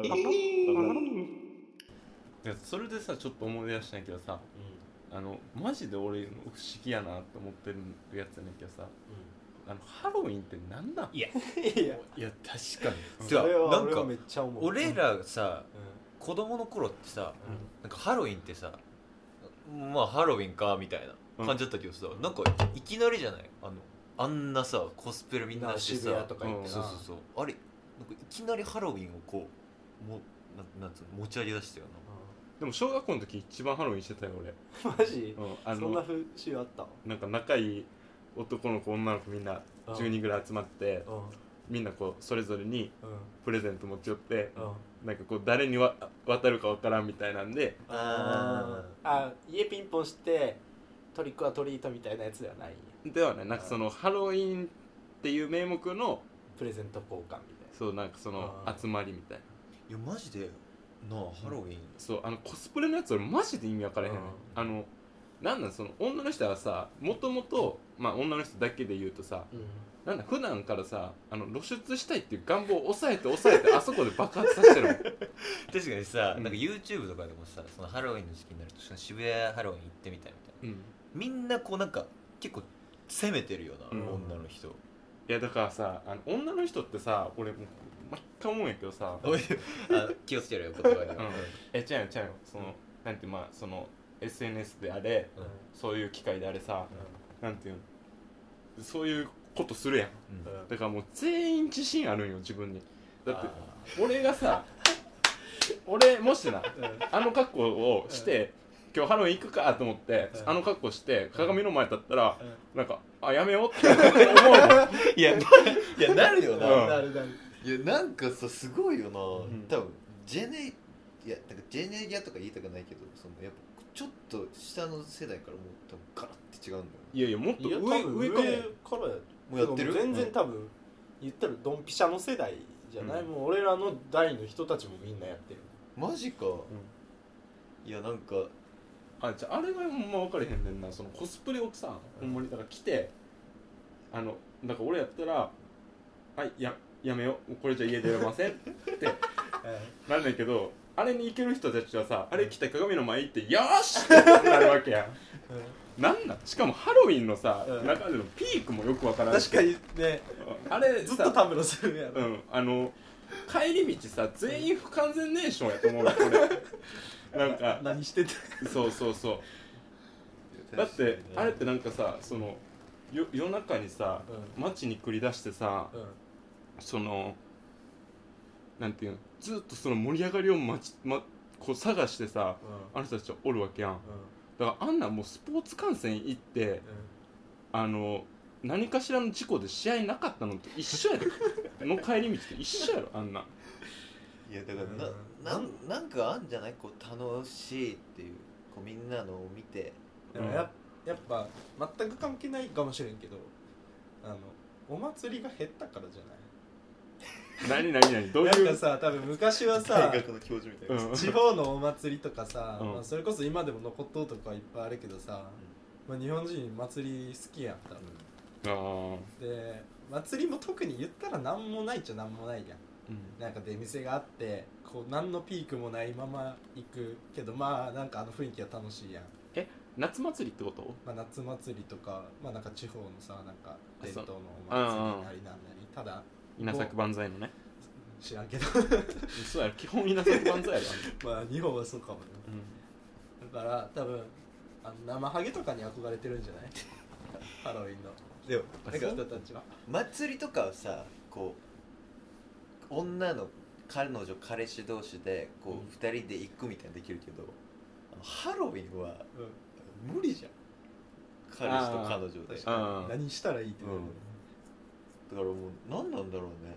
いやそれでさちょっと思い出したんやけどさマジで俺不思議やなって思ってるやつやねんけどさハロウィンってなんなん？ いやいや確かに。 それはなんか俺はめっちゃ思う。 俺らさ子供の頃ってさなんかハロウィンってさまあハロウィンかみたいな感じだったけどさ、なんかいきなりじゃないあんなさコスプレみんなしてさ渋谷とか行ってなそうそうそうあれなんかいきなりハロウィンをこうなんつうの持ち上げ出したよでも小学校の時一番ハロウィンしてたよ俺。 マジ？ そそんな風習あった？ なんか仲いい男の子女の子みんな10人ぐらい集まってみんなこうそれぞれにプレゼント持ち寄ってなんかこう誰に渡るかわからんみたいなんで家ピンポンしてトリックはトリートみたいなやつではないんや。 ではねなんかそのハロウィンっていう名目のプレゼント交換みたいな。 そうなんかその集まりみたいな。 いやマジでなあハロウィンそうコスプレのやつ俺マジで意味わからへんねん。なんなんその女の人はさもともとまあ女の人だけで言うとさなんだ普段からさ露出したいっていう願望を抑えてあそこで爆発させてるもん確かにさ、なんか YouTube とかでもさそのハロウィンの時期になるとその渋谷ハロウィン行ってみたいみたいな、みんなこうなんか結構攻めてるよな、女の人。 いやだからさ女の人ってさ俺もう毎回思うんやけどさ気をつけろよ言葉には、 違うよそのなんてまあその SNS であれ、そういう機会であれさ、なんていうのそういうことするやん、だからもう全員自信あるんよ自分に。だって俺がさ俺もしな格好をして、今日ハロウィン行くかと思って格好して鏡の前立ったらなんかやめようって思うもんいやなるよな、 なるいやなんかさすごいよな、多分ジェネギアとか言いたくないけどそのやっぱちょっと下の世代からもう多分ガラッて違うんだよ。 いやいやもっと上からもうやってる全然多分言ったらドンピシャの世代じゃない、もう俺らの代の人たちもみんなやってる。 マジか、いやなんかじゃあれがほんま分かれへんねんな。そのコスプレをさ、ほんまにだから来てだから俺やったらやめようこれじゃ家出れませんってなんだけど、あれに行ける人たちはさあれ来て鏡の前行ってよーしってなるわけやん、なんなんしかもハロウィンのさ、中でのピークもよく分からんし確かにねあれずっとたむろするやろ、 帰り道さ全員不完全燃焼やと思うよこれなんか何しててそうだってあれってなんかさその夜中にさ、街に繰り出してさ、そのなんていうのずっとその盛り上がりをこう探してさ、あの人たちはおるわけやん、だからあんなんもうスポーツ観戦行って、何かしらの事故で試合なかったのと一緒やでの帰り道と一緒やろあんな。 いやだからなんかあんじゃないこう楽しいっていうこうみんなのを見て、 やっぱ全く関係ないかもしれんけどお祭りが減ったからじゃない何どういうなんかさ多分昔はさ大学の教授みたいな、 地方のお祭りとかさ、まあ、それこそ今でも残っとうとかいっぱいあるけどさ、まあ、日本人祭り好きやん多分、で祭りも特に言ったら何もないっちゃ何もないやん、なんか出店があってこう何のピークもないまま行くけどまあなんか雰囲気は楽しいやん。 夏祭りってこと？ まあ、夏祭りとか、まあ、なんか地方のさなんか伝統のお祭りなりなんなり、ただ稲作万歳のね知らんけどそうやろ基本稲作万歳やろまあ日本はそうかもね、だから多分生ハゲとかに憧れてるんじゃないハロウィンのでもなんか人たちは祭りとかはさこう女の彼氏同士でこう2人で行くみたいなできるけど、ハロウィンは無理じゃん彼氏と彼女で何したらいいってなる、 だからもう何なんだろうね、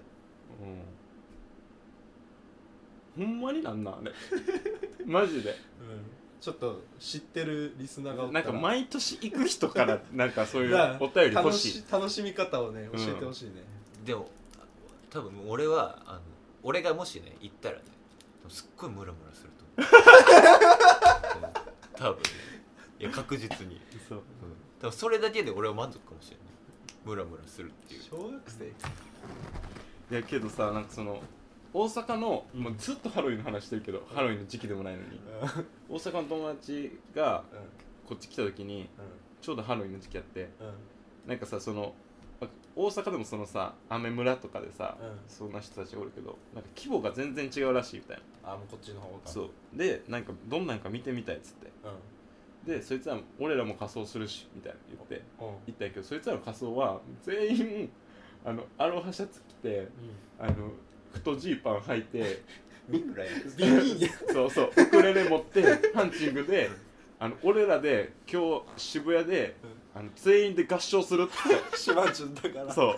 ほんまになんなんあれマジで、 ちょっと知ってるリスナーがおったらなんか毎年行く人からなんかそういうお便り欲しい楽しみ方をね教えてほしいね、 でも多分俺がもしね行ったらねすっごいムラムラすると思う多分いや確実にそう、 多分それだけで俺は満足かもしれないムラムラするっていう小学生いやけどさなんかその大阪の、もうずっとハロウィンの話してるけど、ハロウィンの時期でもないのに大阪の友達がこっち来た時にちょうどハロウィンの時期やってなんかさその大阪でもそのさアメ村とかでさ、そんな人たちがおるけどなんか規模が全然違うらしいみたいな。 もうこっちの方がそうでなんかどんなんか見てみたいっつって、でそいつは俺らも仮装するしみたいな言って言ったけど、そいつらの仮装は全員アロハシャツ着て、太ジーパン履いてミングラやビビンやそうそうウクレレ持ってハンチングで俺らで今日渋谷で、全員で合唱するってシマンチュンだからそう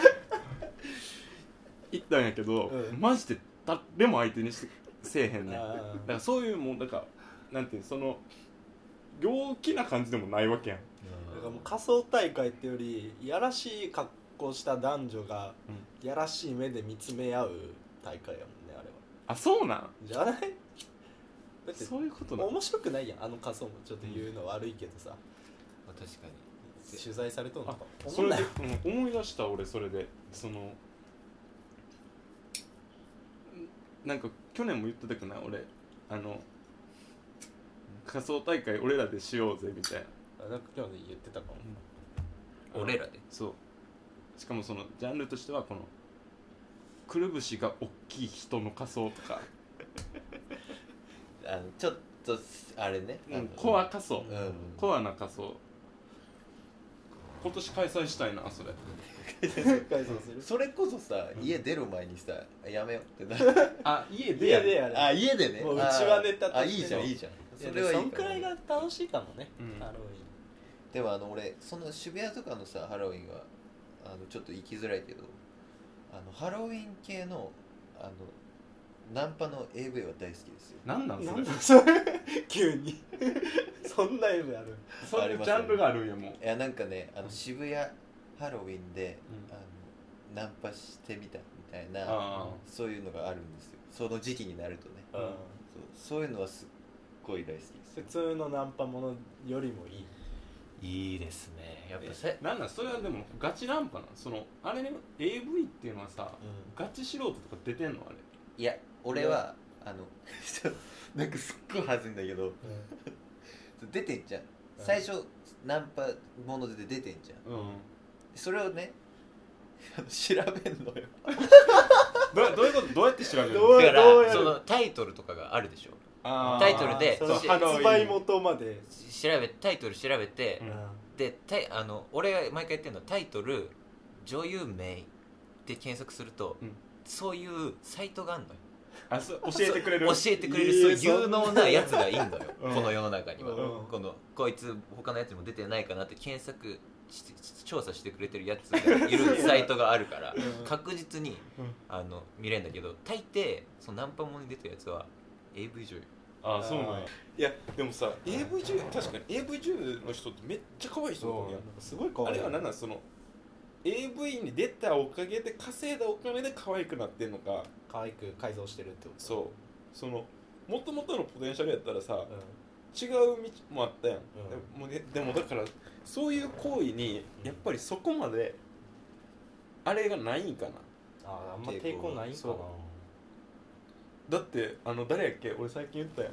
言ったんやけど、マジで誰も相手にせえへんねん。だからそういうもうだからなんていうその陽気な感じでもないわけやん。 だからもう仮装大会ってよりいやらしい格好した男女がいやらしい目で見つめ合う大会やもんねあれは。 あ、そうなんじゃない？だってそういうことな面白くないやん仮装もちょっと言うの悪いけどさ、 確かに取材されとんのかそれで、思い出した俺それでそのなんか去年も言ってたくない俺仮装大会俺らでしようぜみたいな。 なんか今日言ってたかも、 俺らでそうしかもそのジャンルとしてはこのくるぶしが大きい人の仮装とかちょっとあれね、 コア仮装、コアな仮装今年開催したいなそれ改装するそれこそさ、家出る前にさやめようってなあ家で家やるでやる家でねもううちはネタとしていいじゃんいいじゃんそれはいいそんくらいが楽しいかもね、ハロウでも俺その渋谷とかのさハロウィンはちょっと行きづらいけどハロウィン系のナンパの AV は大好きですよ。 なんなんィンそれそれ急にそんな AV ある？ そういうジャンルがあるんやもう。 いやなんかね渋谷ハロウィンで、ナンパしてみたみたいなそういうのがあるんですよ。その時期になるとね、そういうのはすっごい大好きです。 普通のナンパものよりもいい。 いいですねやっぱなんなんそれはでもガチナンパなそのあれね AV っていうのはさ、ガチ素人とか出てんのあれ。 いや俺はなんかすっごい恥ずいんだけど、出てんじゃん最初、ナンパもので出てんじゃん、それをね調べんのよどういうことどうやって調べるの？ どうだかどうやるらそのタイトルとかがあるでしょ。 タタイトルでその発売元までタイトル調べて、で俺が毎回言ってるのはタイトル女優名で検索すると、そういうサイトがあるのよ。 教えてくれる教えてくれるそういう有能なやつがいいんだよ、この世の中には、こいつ他のやつにも出てないかなって検索して調査してくれてるやつがいるサイトがあるから確実に、見れるんだけど、大抵そのナンパものに出てるやつは AV 女優。 そうなんや。いやでもさ AV 女優確かに AV 女優の人ってめっちゃ可愛い人多いやん。 すごい可愛い。 あれは何なんその AV に出たおかげで稼いだお金で可愛くなってんのか、 可愛く改造してるってこと。 そうその元々のポテンシャルやったらさ、違う道もあったやん、でもだからそういう行為にやっぱりそこまであれがないんかな。 あんま抵抗ないんかな。 だって誰やっけ俺最近言ったやん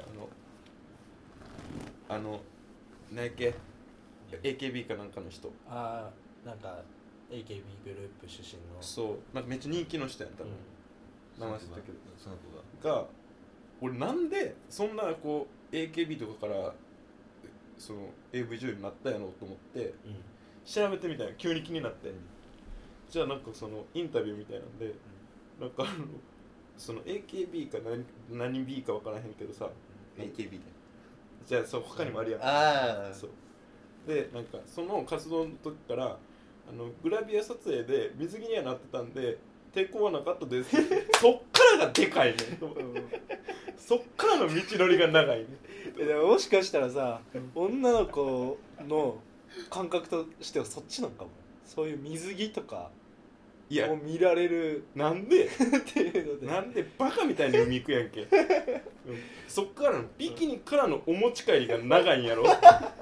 何やっけ AKB かなんかの人、 なんか AKB グループ出身のそうなんかめっちゃ人気の人やん多分、名前忘れたけどその子が俺なんでそんなこう AKB とかからその AV 女優になったやろうと思って、調べてみたいな急に気になって、じゃあなんかそのインタビューみたいなんで、なんかその AKB か何 B か分からへんけどさ AKB でじゃあそう他にもあるやん。そうでなんかその活動の時からグラビア撮影で水着にはなってたんで抵抗はなかったですそっからがでかいねそっからの道のりが長いねでももしかしたらさ、女の子の感覚としてはそっちなんかも。そういう水着とかいやを見られるなんでっていうのでなんでバカみたいに海行くやんけ、うん、そっからのビキニからのお持ち帰りが長いんやろ確か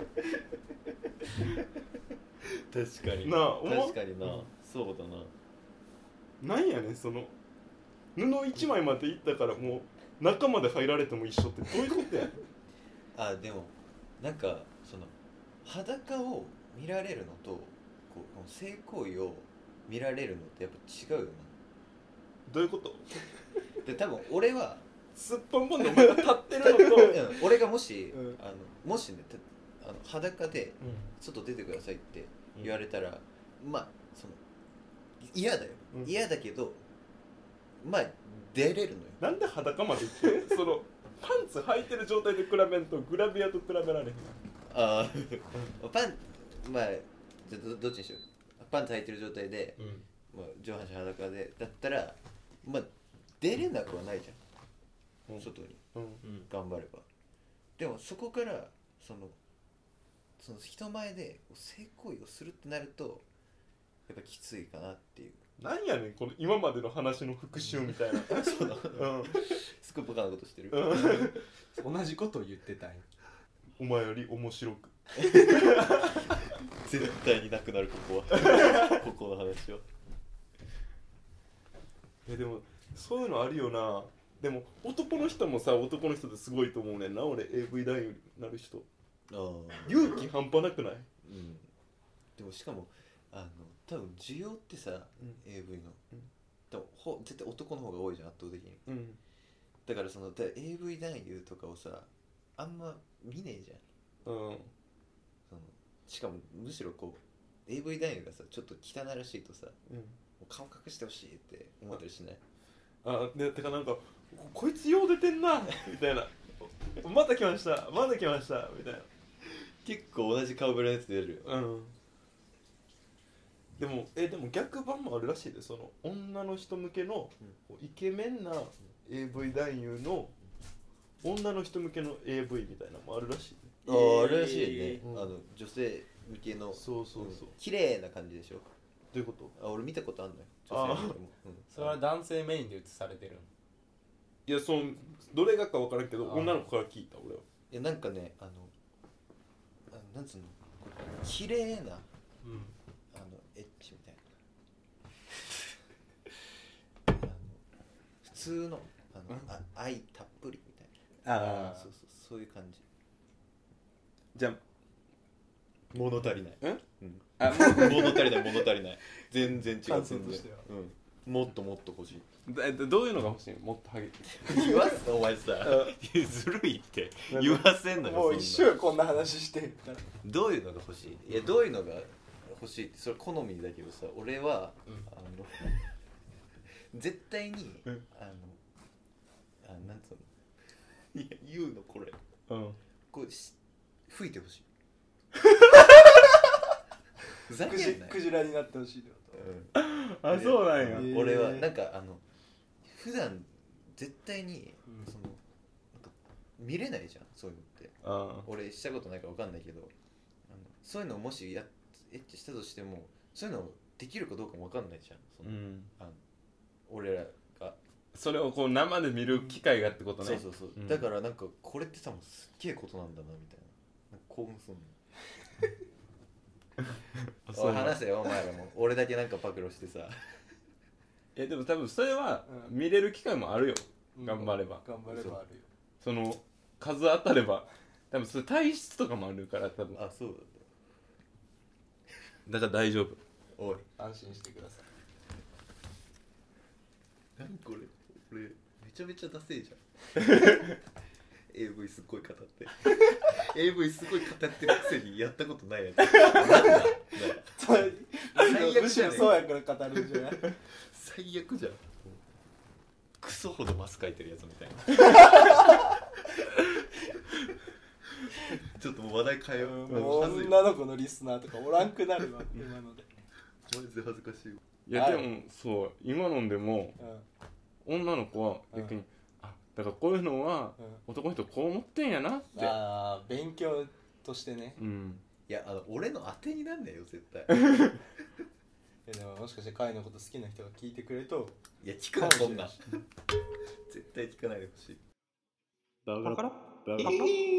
になあ確かにな、そうだな。 なんやねんその布1枚まで行ったからもう中まで入られても一緒ってどういうことやねんあ、でもなんかその裸を見られるのとこう性行為を見られるのってやっぱ違うよどういうことな。で多分俺はすっぽんぽんでお前が立ってるのとうん俺がもし、 うんもしね裸で外出てくださいって言われたら、まあその嫌だよ、 うん嫌だけどまあ出れるのよ。 なんで裸まで行ってそのパンツ履いてる状態で比べんとグラビアと比べられへんああパンまあじゃあどっちにしよう。パンツ履いてる状態で、まあ、上半身裸でだったらまあ出れなくはないじゃん、外にうん頑張れば。でもそこからその人前で性行為をするってなるとやっぱきついかなっていう。 なんやねんこの今までの話の復習みたいなそうだうんすごいバカなことしてる。 同じことを言ってたんやお前より面白く絶対になくなるここはここの話は。 でもそういうのあるよな。でも男の人もさ男の人ですごいと思うねんな。俺 AV 男優になる人勇気半端なくない？ うん、でもしかも多分需要ってさ、AV の、多分絶対男の方が多いじゃん圧倒的に、だからAV 男優とかをさあんま見ねえじゃん、しかもむしろこう AV 男優がさちょっと汚らしいとさ、もう顔隠してほしいって思ったりしない？ でてかなんかこいつよう出てんなみたいなまた来ましたまた来ましたみたいな。 結構同じ顔ぶれのやつ出るよ。 でも逆版もあるらしいで、その女の人向けの、イケメンな AV 男優の女の人向けの AV みたいなのもあるらしい、 あるらしいね、女性向けのそう綺麗な感じでしょ。 どういうこと？ 俺見たことあるのよ女性の時も、 それは男性メインで映されてるの？ いやどれがか分からんけど女の子から聞いた俺は。 いやなんかねなんつうの綺麗なエッチみたいな普通の愛たっぷりみたいな、そういう感じ。 じゃあ物足りない。物足りない全然違う。 感想としてはもっともっと欲しい。 どういうのが欲しい？もっと激しい言わすお前さずるいって言わせんのよ。 もう一週こんな話してるから。 どういうのが欲しい？いやどういうのが欲しいってそれ好みだけどさ、俺は、絶対に、なんつうの、いや言うのこれ、こう吹いてほしい。ふざけんなよ。 クジラになってほしいってこと？ あ、そうなんや。 俺はなんか普段絶対になんか見れないじゃんそういうのって。俺したことないから分かんないけど、そういうのをもしエッチしたとしてもそういうのできるかどうかも分かんないじゃん。俺らがそれをこう生で見る機会がってことね。 そう、だからなんかこれって多分すっげえことなんだなみたいな、興奮するの。おい話せよお前らも。俺だけなんか暴露してさ。 でも多分それは見れる機会もあるよ、頑張れば。 あるよ。 その数当たれば多分それ体質とかもあるから多分。 そうだから大丈夫。 おい安心してください。 何これ、俺めちゃめちゃダセえじゃん。AV すっごい語って AV すごい語ってるくせにやったことないやつ。なんだ最悪じゃねえ。 そうやから語るんじゃない？ 最悪じゃん。クソほどマス書いてるやつみたいな。ちょっともう話題変えよう。 もう女の子のリスナーとかおらんくなるわ今ので。 マジで恥ずかしいよ。 いやでもそう今のでも、女の子は逆に、だからこういうのは男の人こう思ってんやなって。 勉強としてね。 いや俺の当てになんねえよ絶対。 でももしかして海のこと好きな人が聞いてくれるといや聞くなそんなん絶対聞かないでほしい。 バカラバカラバカラちょっと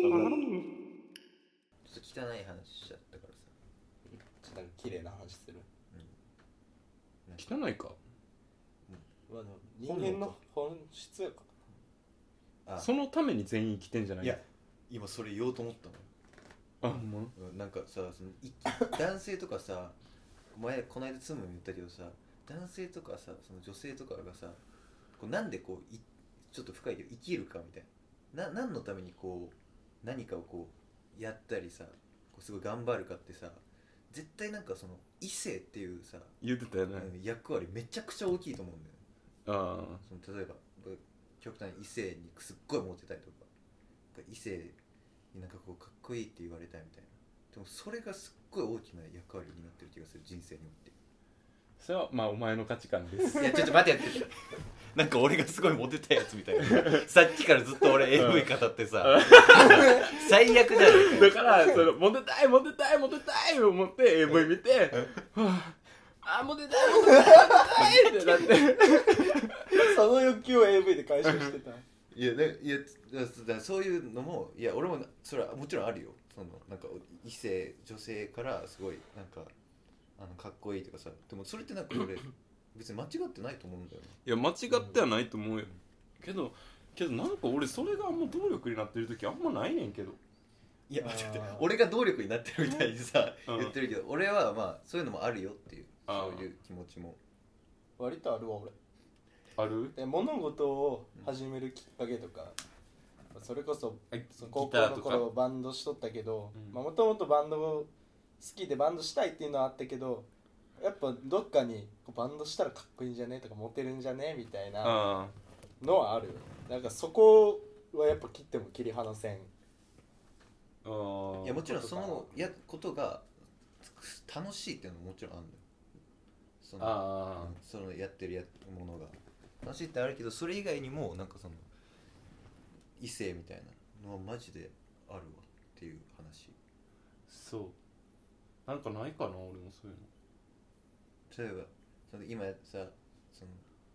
汚い話しちゃったからさ。 ちょっとなんか綺麗な話する。 汚いか。 まあ、でも人間の本質やかあそのために全員生きてんじゃない？ いや今それ言おうと思ったの。 あ、ほんま？ なんかさその男性とかさこの間ツームも言ったけどさ、男性とかさその女性とかがさこうなんでこうちょっと深いけど生きるかみたいな、何のためにこう何かをこうやったりさこうすごい頑張るかってさ、絶対なんかその異性っていうさ、 言ってたよね。 役割めちゃくちゃ大きいと思うんだよね。 あその例えば極端に異性にすっごいモテたりとか異性になんかこうかっこいいって言われたいみたいな、でもそれがすっごい大きな役割になってる気がする、人生において。 それはまあお前の価値観です。 いやちょっと待ってなんか俺がすごいモテたやつみたいなさっきからずっと俺 AV 語ってさ最悪じゃないかよ。 だからそのモテたいモテたいモテたいを思って AV 見てあモテたいモテたいモテたいってなってその欲求を AV で解消してた。 いやだそういうのもいや俺もそれはもちろんあるよ。そのなんか異性女性からすごいなんかかっこいいとかさ、でもそれってなんか俺別に間違ってないと思うんだよね。 いや間違ってはないと思うよ、けどなんか俺それがもう動力になってる時あんまないねんけど。 いや待って俺が動力になってるみたいにさ、 うん言ってるけど俺はまあそういうのもあるよっていう、そういう気持ちも割とあるわ俺。 ある？ で物事を始めるきっかけとか、それこそその高校のギターとか頃バンドしとったけど、 うんもともとバンド好きでバンドしたいっていうのはあったけど、やっぱどっかにバンドしたらかっこいいんじゃねとかモテるんじゃねみたいなあのはあるよ。なんかそこはやっぱ切っても切り離せん。 あいやもちろんそのことが楽しいっていうのももちろんあるんだよ。そのあそのやってるものが楽しいってあるけど、それ以外にもなんかその異性みたいなのはマジであるわっていう話。 そうなんかないかな俺もそういうの。 例えばその今さその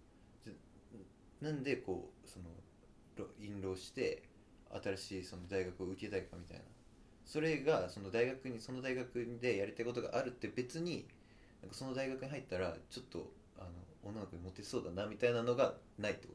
なんでこうその院浪して新しいその大学を受けたいかみたいな、それがその大学でやりたいことがあるって別になんかその大学に入ったらちょっと女の子にモテそうだなみたいなのがないってこと？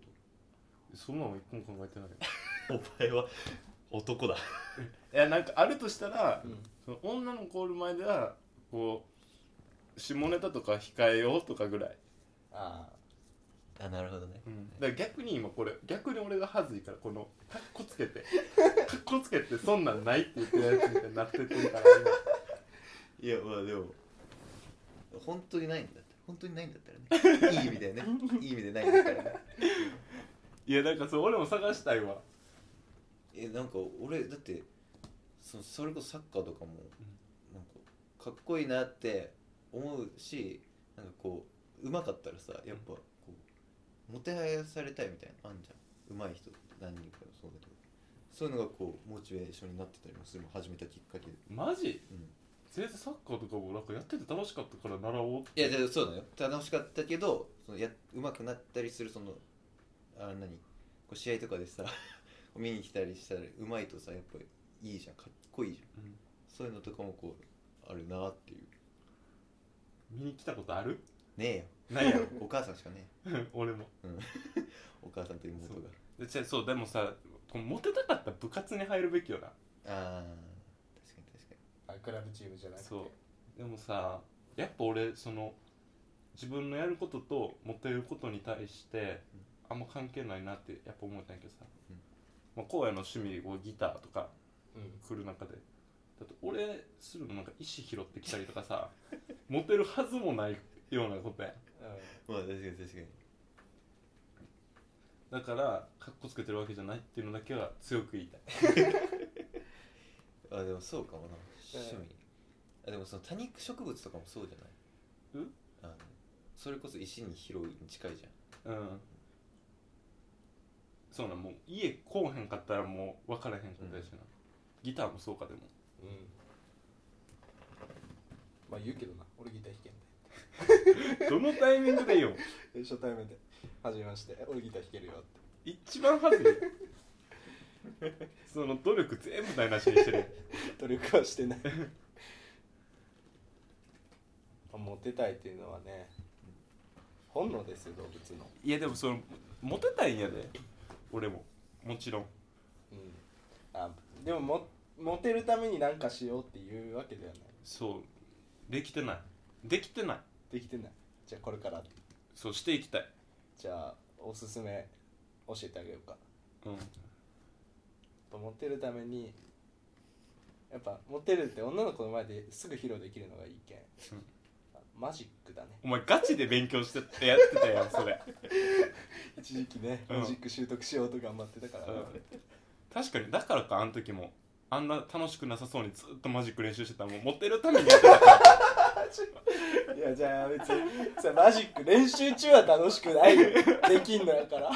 そんなの一個も考えてないお前は男だいやなんかあるとしたら、 うんその女の子おる前ではこう下ネタとか控えようとかぐらい、 あなるほどね。 だから逆に今これ逆に俺が恥ずいからこのカッコつけてそんなんないって言ってるやつみたいになってってるからいやまあでも本当にないんだって本当にないんだったらねいい意味でねいい意味でないんだったらねいやなんかそう俺も探したいわ。 なんか俺だってそれこそサッカーとかもなんかかっこいいなって思うし、なんかこう上手かったらさやっぱこうもてはやされたいみたいなあんじゃん。上手い人何人かそうだけど、そういうのがこうモチベーションになってたりもするもん、始めたきっかけで。 マジ？ うん全然サッカーとかもなんかやってて楽しかったから習おうって。 いやそうだよ、楽しかったけど上手くなったりするそのこう試合とかでさ見に来たりしたら上手いとさやっぱりいいじゃん、かっこいいじゃん、そういうのとかもこうあるなっていう。 見に来たことある？ ねえよないやろお母さんしかね俺もお母さんと妹が。 そうでもさこのモテたかったら部活に入るべきよな。 あ確かに確かあクラブチームじゃなくて。 そうでもさやっぱ俺その自分のやることとモテることに対してあんま関係ないなってやっぱ思ったんやけどさ、まあ、荒野の趣味をギターとか来る中でだって俺するのなんか石拾ってきたりとかさモテるはずもないようなことやん。 まあ確かに確かに。 だからカッコつけてるわけじゃないっていうのだけは強く言いたいあでもそうかもな、趣味。でもその多肉植物とかもそうじゃない？それこそ石に拾うに近いじゃん。 そうなんもう家来おへんかったらもう分からへんことやしな、ギターもそうかでもまあ言うけどな俺ギター弾けんどのタイミングで言うの？ 初対面で初めまして俺ギター弾けるよって一番はずいその努力全部台無しにしてる。 努力はしてないモテたいっていうのはね本能ですよ動物の。 いやでもそのモテたいんやで俺ももちろん。 あでもモテるために何かしようっていうわけではない。 そうできてないできてない。 できてない。じゃあこれからそうしていきたい。 じゃあおすすめ教えてあげようか。モテるためにやっぱモテるって女の子の前ですぐ披露できるのがいいけん、マジックだね。 お前ガチで勉強してってやってたやんそれ一時期ね、マジック習得しようと頑張ってたから、 確かにだからかあの時もあんな楽しくなさそうにずっとマジック練習してたもんモテるためにやってたからいやじゃあ別にさマジック練習中は楽しくないよできんのやから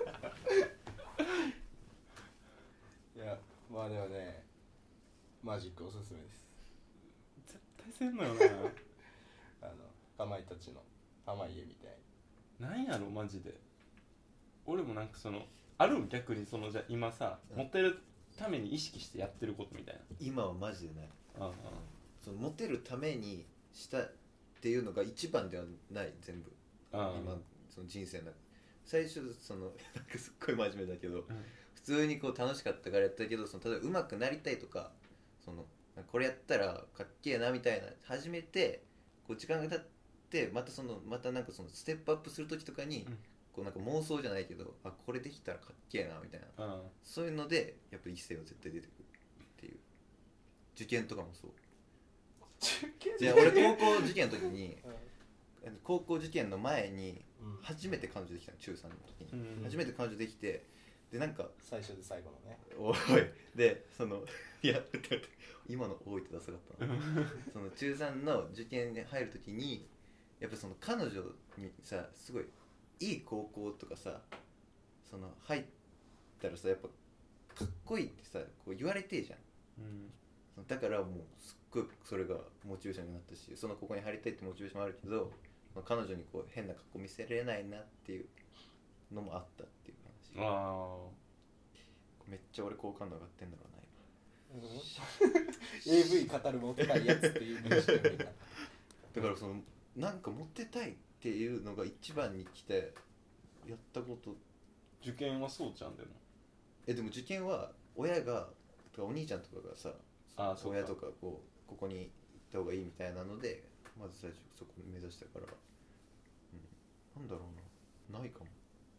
いやまあでもねマジックおすすめです。 絶対せんのよかまいたちの濱家みたいな。なんやろマジで。俺もなんかそのある逆にそのじゃ今さ、モテるために意識してやってることみたいな。 今はマジでない。そのモテるためにしたっていうのが一番ではない全部。今その人生の中最初そのなんかすっごい真面目だけど、普通にこう楽しかったからやったけど、その例えば上手くなりたいとか、そのこれやったらかっけえなみたいな始めてこう時間が経ってまたなんかそのステップアップする時とかに、こうなんか妄想じゃないけどこれできたらかっけえなみたいな、そういうのでやっぱ異性は絶対出てくるっていう。受験とかもそう。じゃあ俺高校受験の時に高校受験の前に初めて彼女できたの、中3の時に、初めて彼女できて、でなんか最初で最後のねおいでそのいや今の多いってダサかったなその中3の受験に入る時にやっぱその彼女にさすごいいい高校とかさその入ったらさやっぱかっこいいってさこう言われてえじゃん、だからもうすっごいそれがモチベーションになったし、そのここに入りたいってモチベーションもあるけど彼女にこう変な格好見せれないなっていうのもあったっていう話。めっちゃ俺好感度上がってんだろうな今、 AV 語るモテたいやつっていう認識みんなだからそのなんかモテたいっていうのが一番に来てやったこと。 受験はそうちゃんでもでも受験は親がとかお兄ちゃんとかがさ親とかここに行った方がいいみたいなのでまず最初そこ目指したから、なんだろうな、ないかも。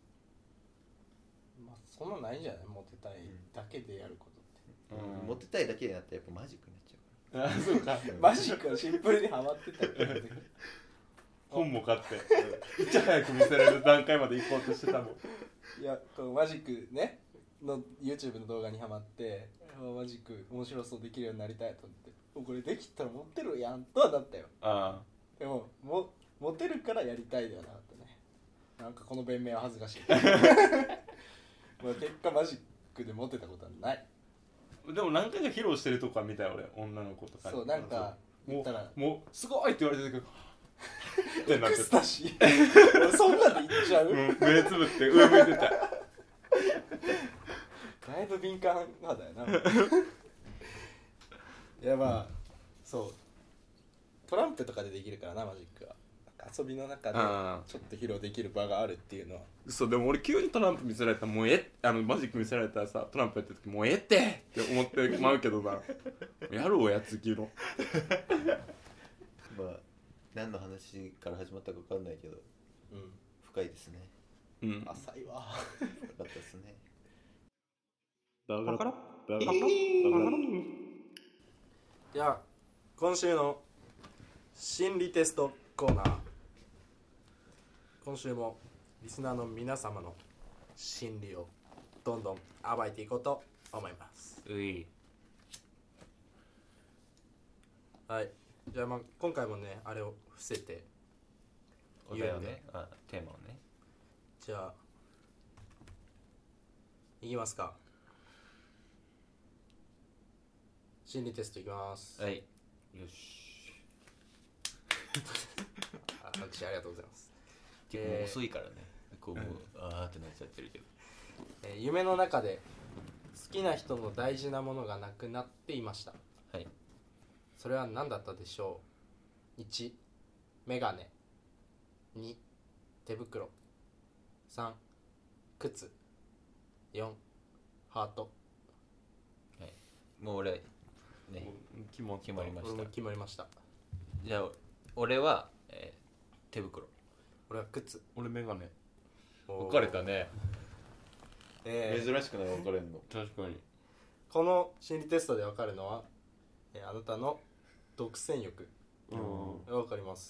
まあそんなないんじゃない、モテたいだけでやることって、 モテたいだけでなったらやっぱマジックになっちゃうからそうかマジックはシンプルにハマってたって本も買っていち早く見せられる段階まで行こうとしてたもん。 いやこのマジックねの YouTube の動画にハマってマジック面白そうできるようになりたいと思ってこれできたらモテるやんとはなったよ。でもモテるからやりたいではなかったね。なんかこの弁明は恥ずかしいまあ結果マジックでモテたことはない。 でも何回か披露してるとか見たよ俺、女の子とかに。 そうなんか言ったらもうすごいって言われてたけどエクスタシー俺そんなんで言っちゃう、 目つぶって上向いてただいぶ敏感肌やないやまあそうトランプとかでできるからなマジックは。遊びの中でちょっと披露できる場があるっていうのは。 そうでも俺急にトランプ見せられたらもうマジック見せられたらさトランプやってる時もうって思ってまうけどなやろうや次のまあ何の話から始まったか分かんないけど、深いですね。 浅いわ深かったですね。 じゃあ今週の心理テストコーナー、今週もリスナーの皆様の心理をどんどん暴いていこうと思います。はい、じゃあ今回もねあれを伏せて言うんで、テーマをね。 じゃあいきますか。心理テストいきます。 はい、よししありがとうございます、 結構もう遅いからね、こうもうあーってなっちゃってるけど、 夢の中で好きな人の大事なものがなくなっていました。 はい。 それは何だったでしょう。1、メガネ。2、手袋。3、靴。4、ハート。 はい、もう俺ね決まりました。 俺も決まりました。 じゃあ俺は、手袋。 俺は靴。 俺メガネ。 分かれたね。 珍しくない分かれんの。 確かに。 この心理テストで分かるのは、あなたの独占欲。分かります。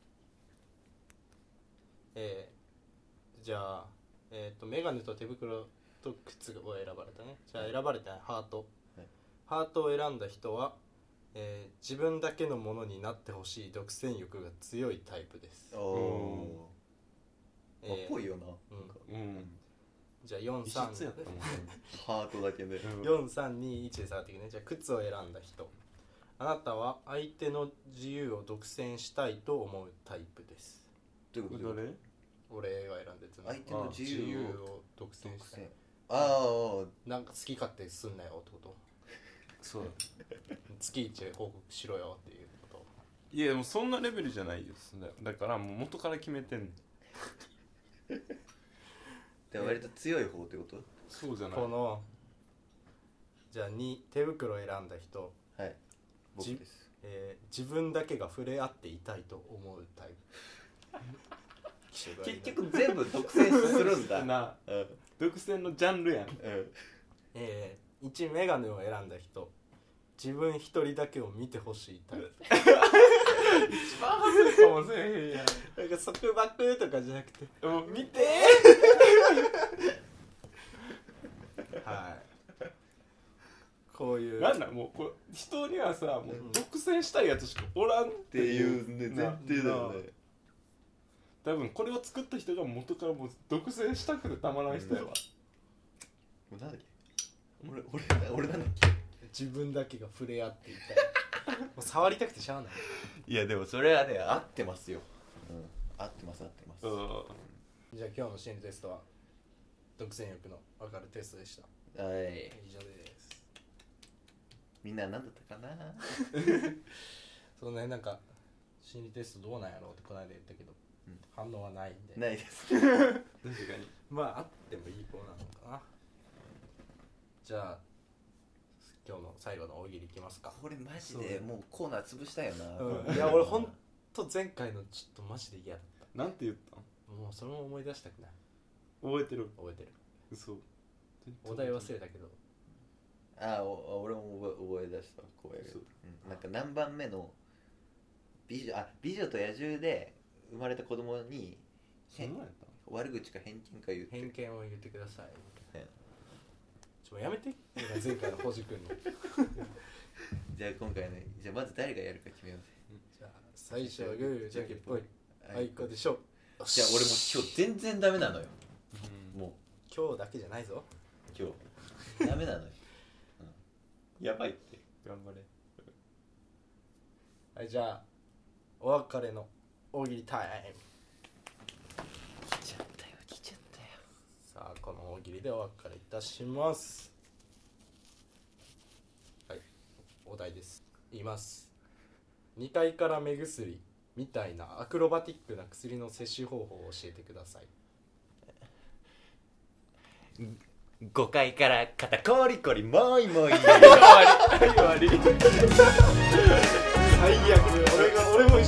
じゃあ、メガネと手袋と靴を選ばれたね。じゃあ選ばれたハート、はい、ハートを選んだ人は、自分だけのものになってほしい独占欲が強いタイプです。 おー、ぽいよな。 じゃあ4、3、 ハートだけで 4、3、2、1で下がっていくね。じゃあ靴を選んだ人、あなたは相手の自由を独占したいと思うタイプです。 どういうこと？ 俺が選んだやつ。 相手の自由を独占したい。なんか好き勝手すんなよってこと。 そう月1報告しろよっていうこと。 いやでもそんなレベルじゃないよ。だからもう元から決めてんねん。 で割と強い方ってこと？ そうじゃない。 このじゃあ2、手袋を選んだ人、 はい、僕です。 自分だけが触れ合っていたいと思うタイプ。 結局全部独占するんだな、独占のジャンルやん。 1、メガネを選んだ人、自分一人だけを見てほしいタイプ。 一番恥ずいかもしれへんやん。 なんか束縛とかじゃなくて、 もう見てはい、こういうなんだもうこれ人にはさ、もう独占したいやつしかおらんっていうね、前提だよね。 多分これを作った人が元からもう独占したくてたまらん人やわ。 なんだっけ、俺なんだっけ。 自分だけが触れ合っていたい。もう触りたくてしゃあない。 いやでもそれはね合ってますよ、合ってます。 じゃあ今日の心理テストは独占欲の分かるテストでした。 はい、 以上です。 みんな何だったかな。 そうね、なんか心理テストどうなんやろうってこの間言ったけど、反応はないんで。 ないです。 確かに。 まああってもいい子なのかな。じゃあ今日の最後の大喜利いきますか。 これマジでもうコーナー潰したいよな。 いや俺ほんと前回のちょっとマジで嫌だった。 なんて言ったん？ もうそれも思い出したくない。 覚えてる？ 覚えてる。 嘘。 お題忘れたけど。 俺も覚え出した。こうやる。なんか何番目の美女と野獣で生まれた子供に悪口か偏見か言う。 偏見を言ってください。やめて。前回の星君の。 じゃあ今回ね、じゃあまず誰がやるか決めようぜ。 じゃあ最初はグーじゃけっぽい。あいこでしょ。 じゃあ俺も今日全然ダメなのよ。もう今日だけじゃないぞ。 今日ダメなのよ。やばいって。 頑張れ。 はい、じゃあお別れの大喜利タイム。 来ちゃったよ。 さあこの大喜利でお別れいたします。はい、お題です。言います。2階から目薬みたいなアクロバティックな薬の摂取方法を教えてください。 5階から肩コリコリもいもい。 終わり。 最悪。俺も一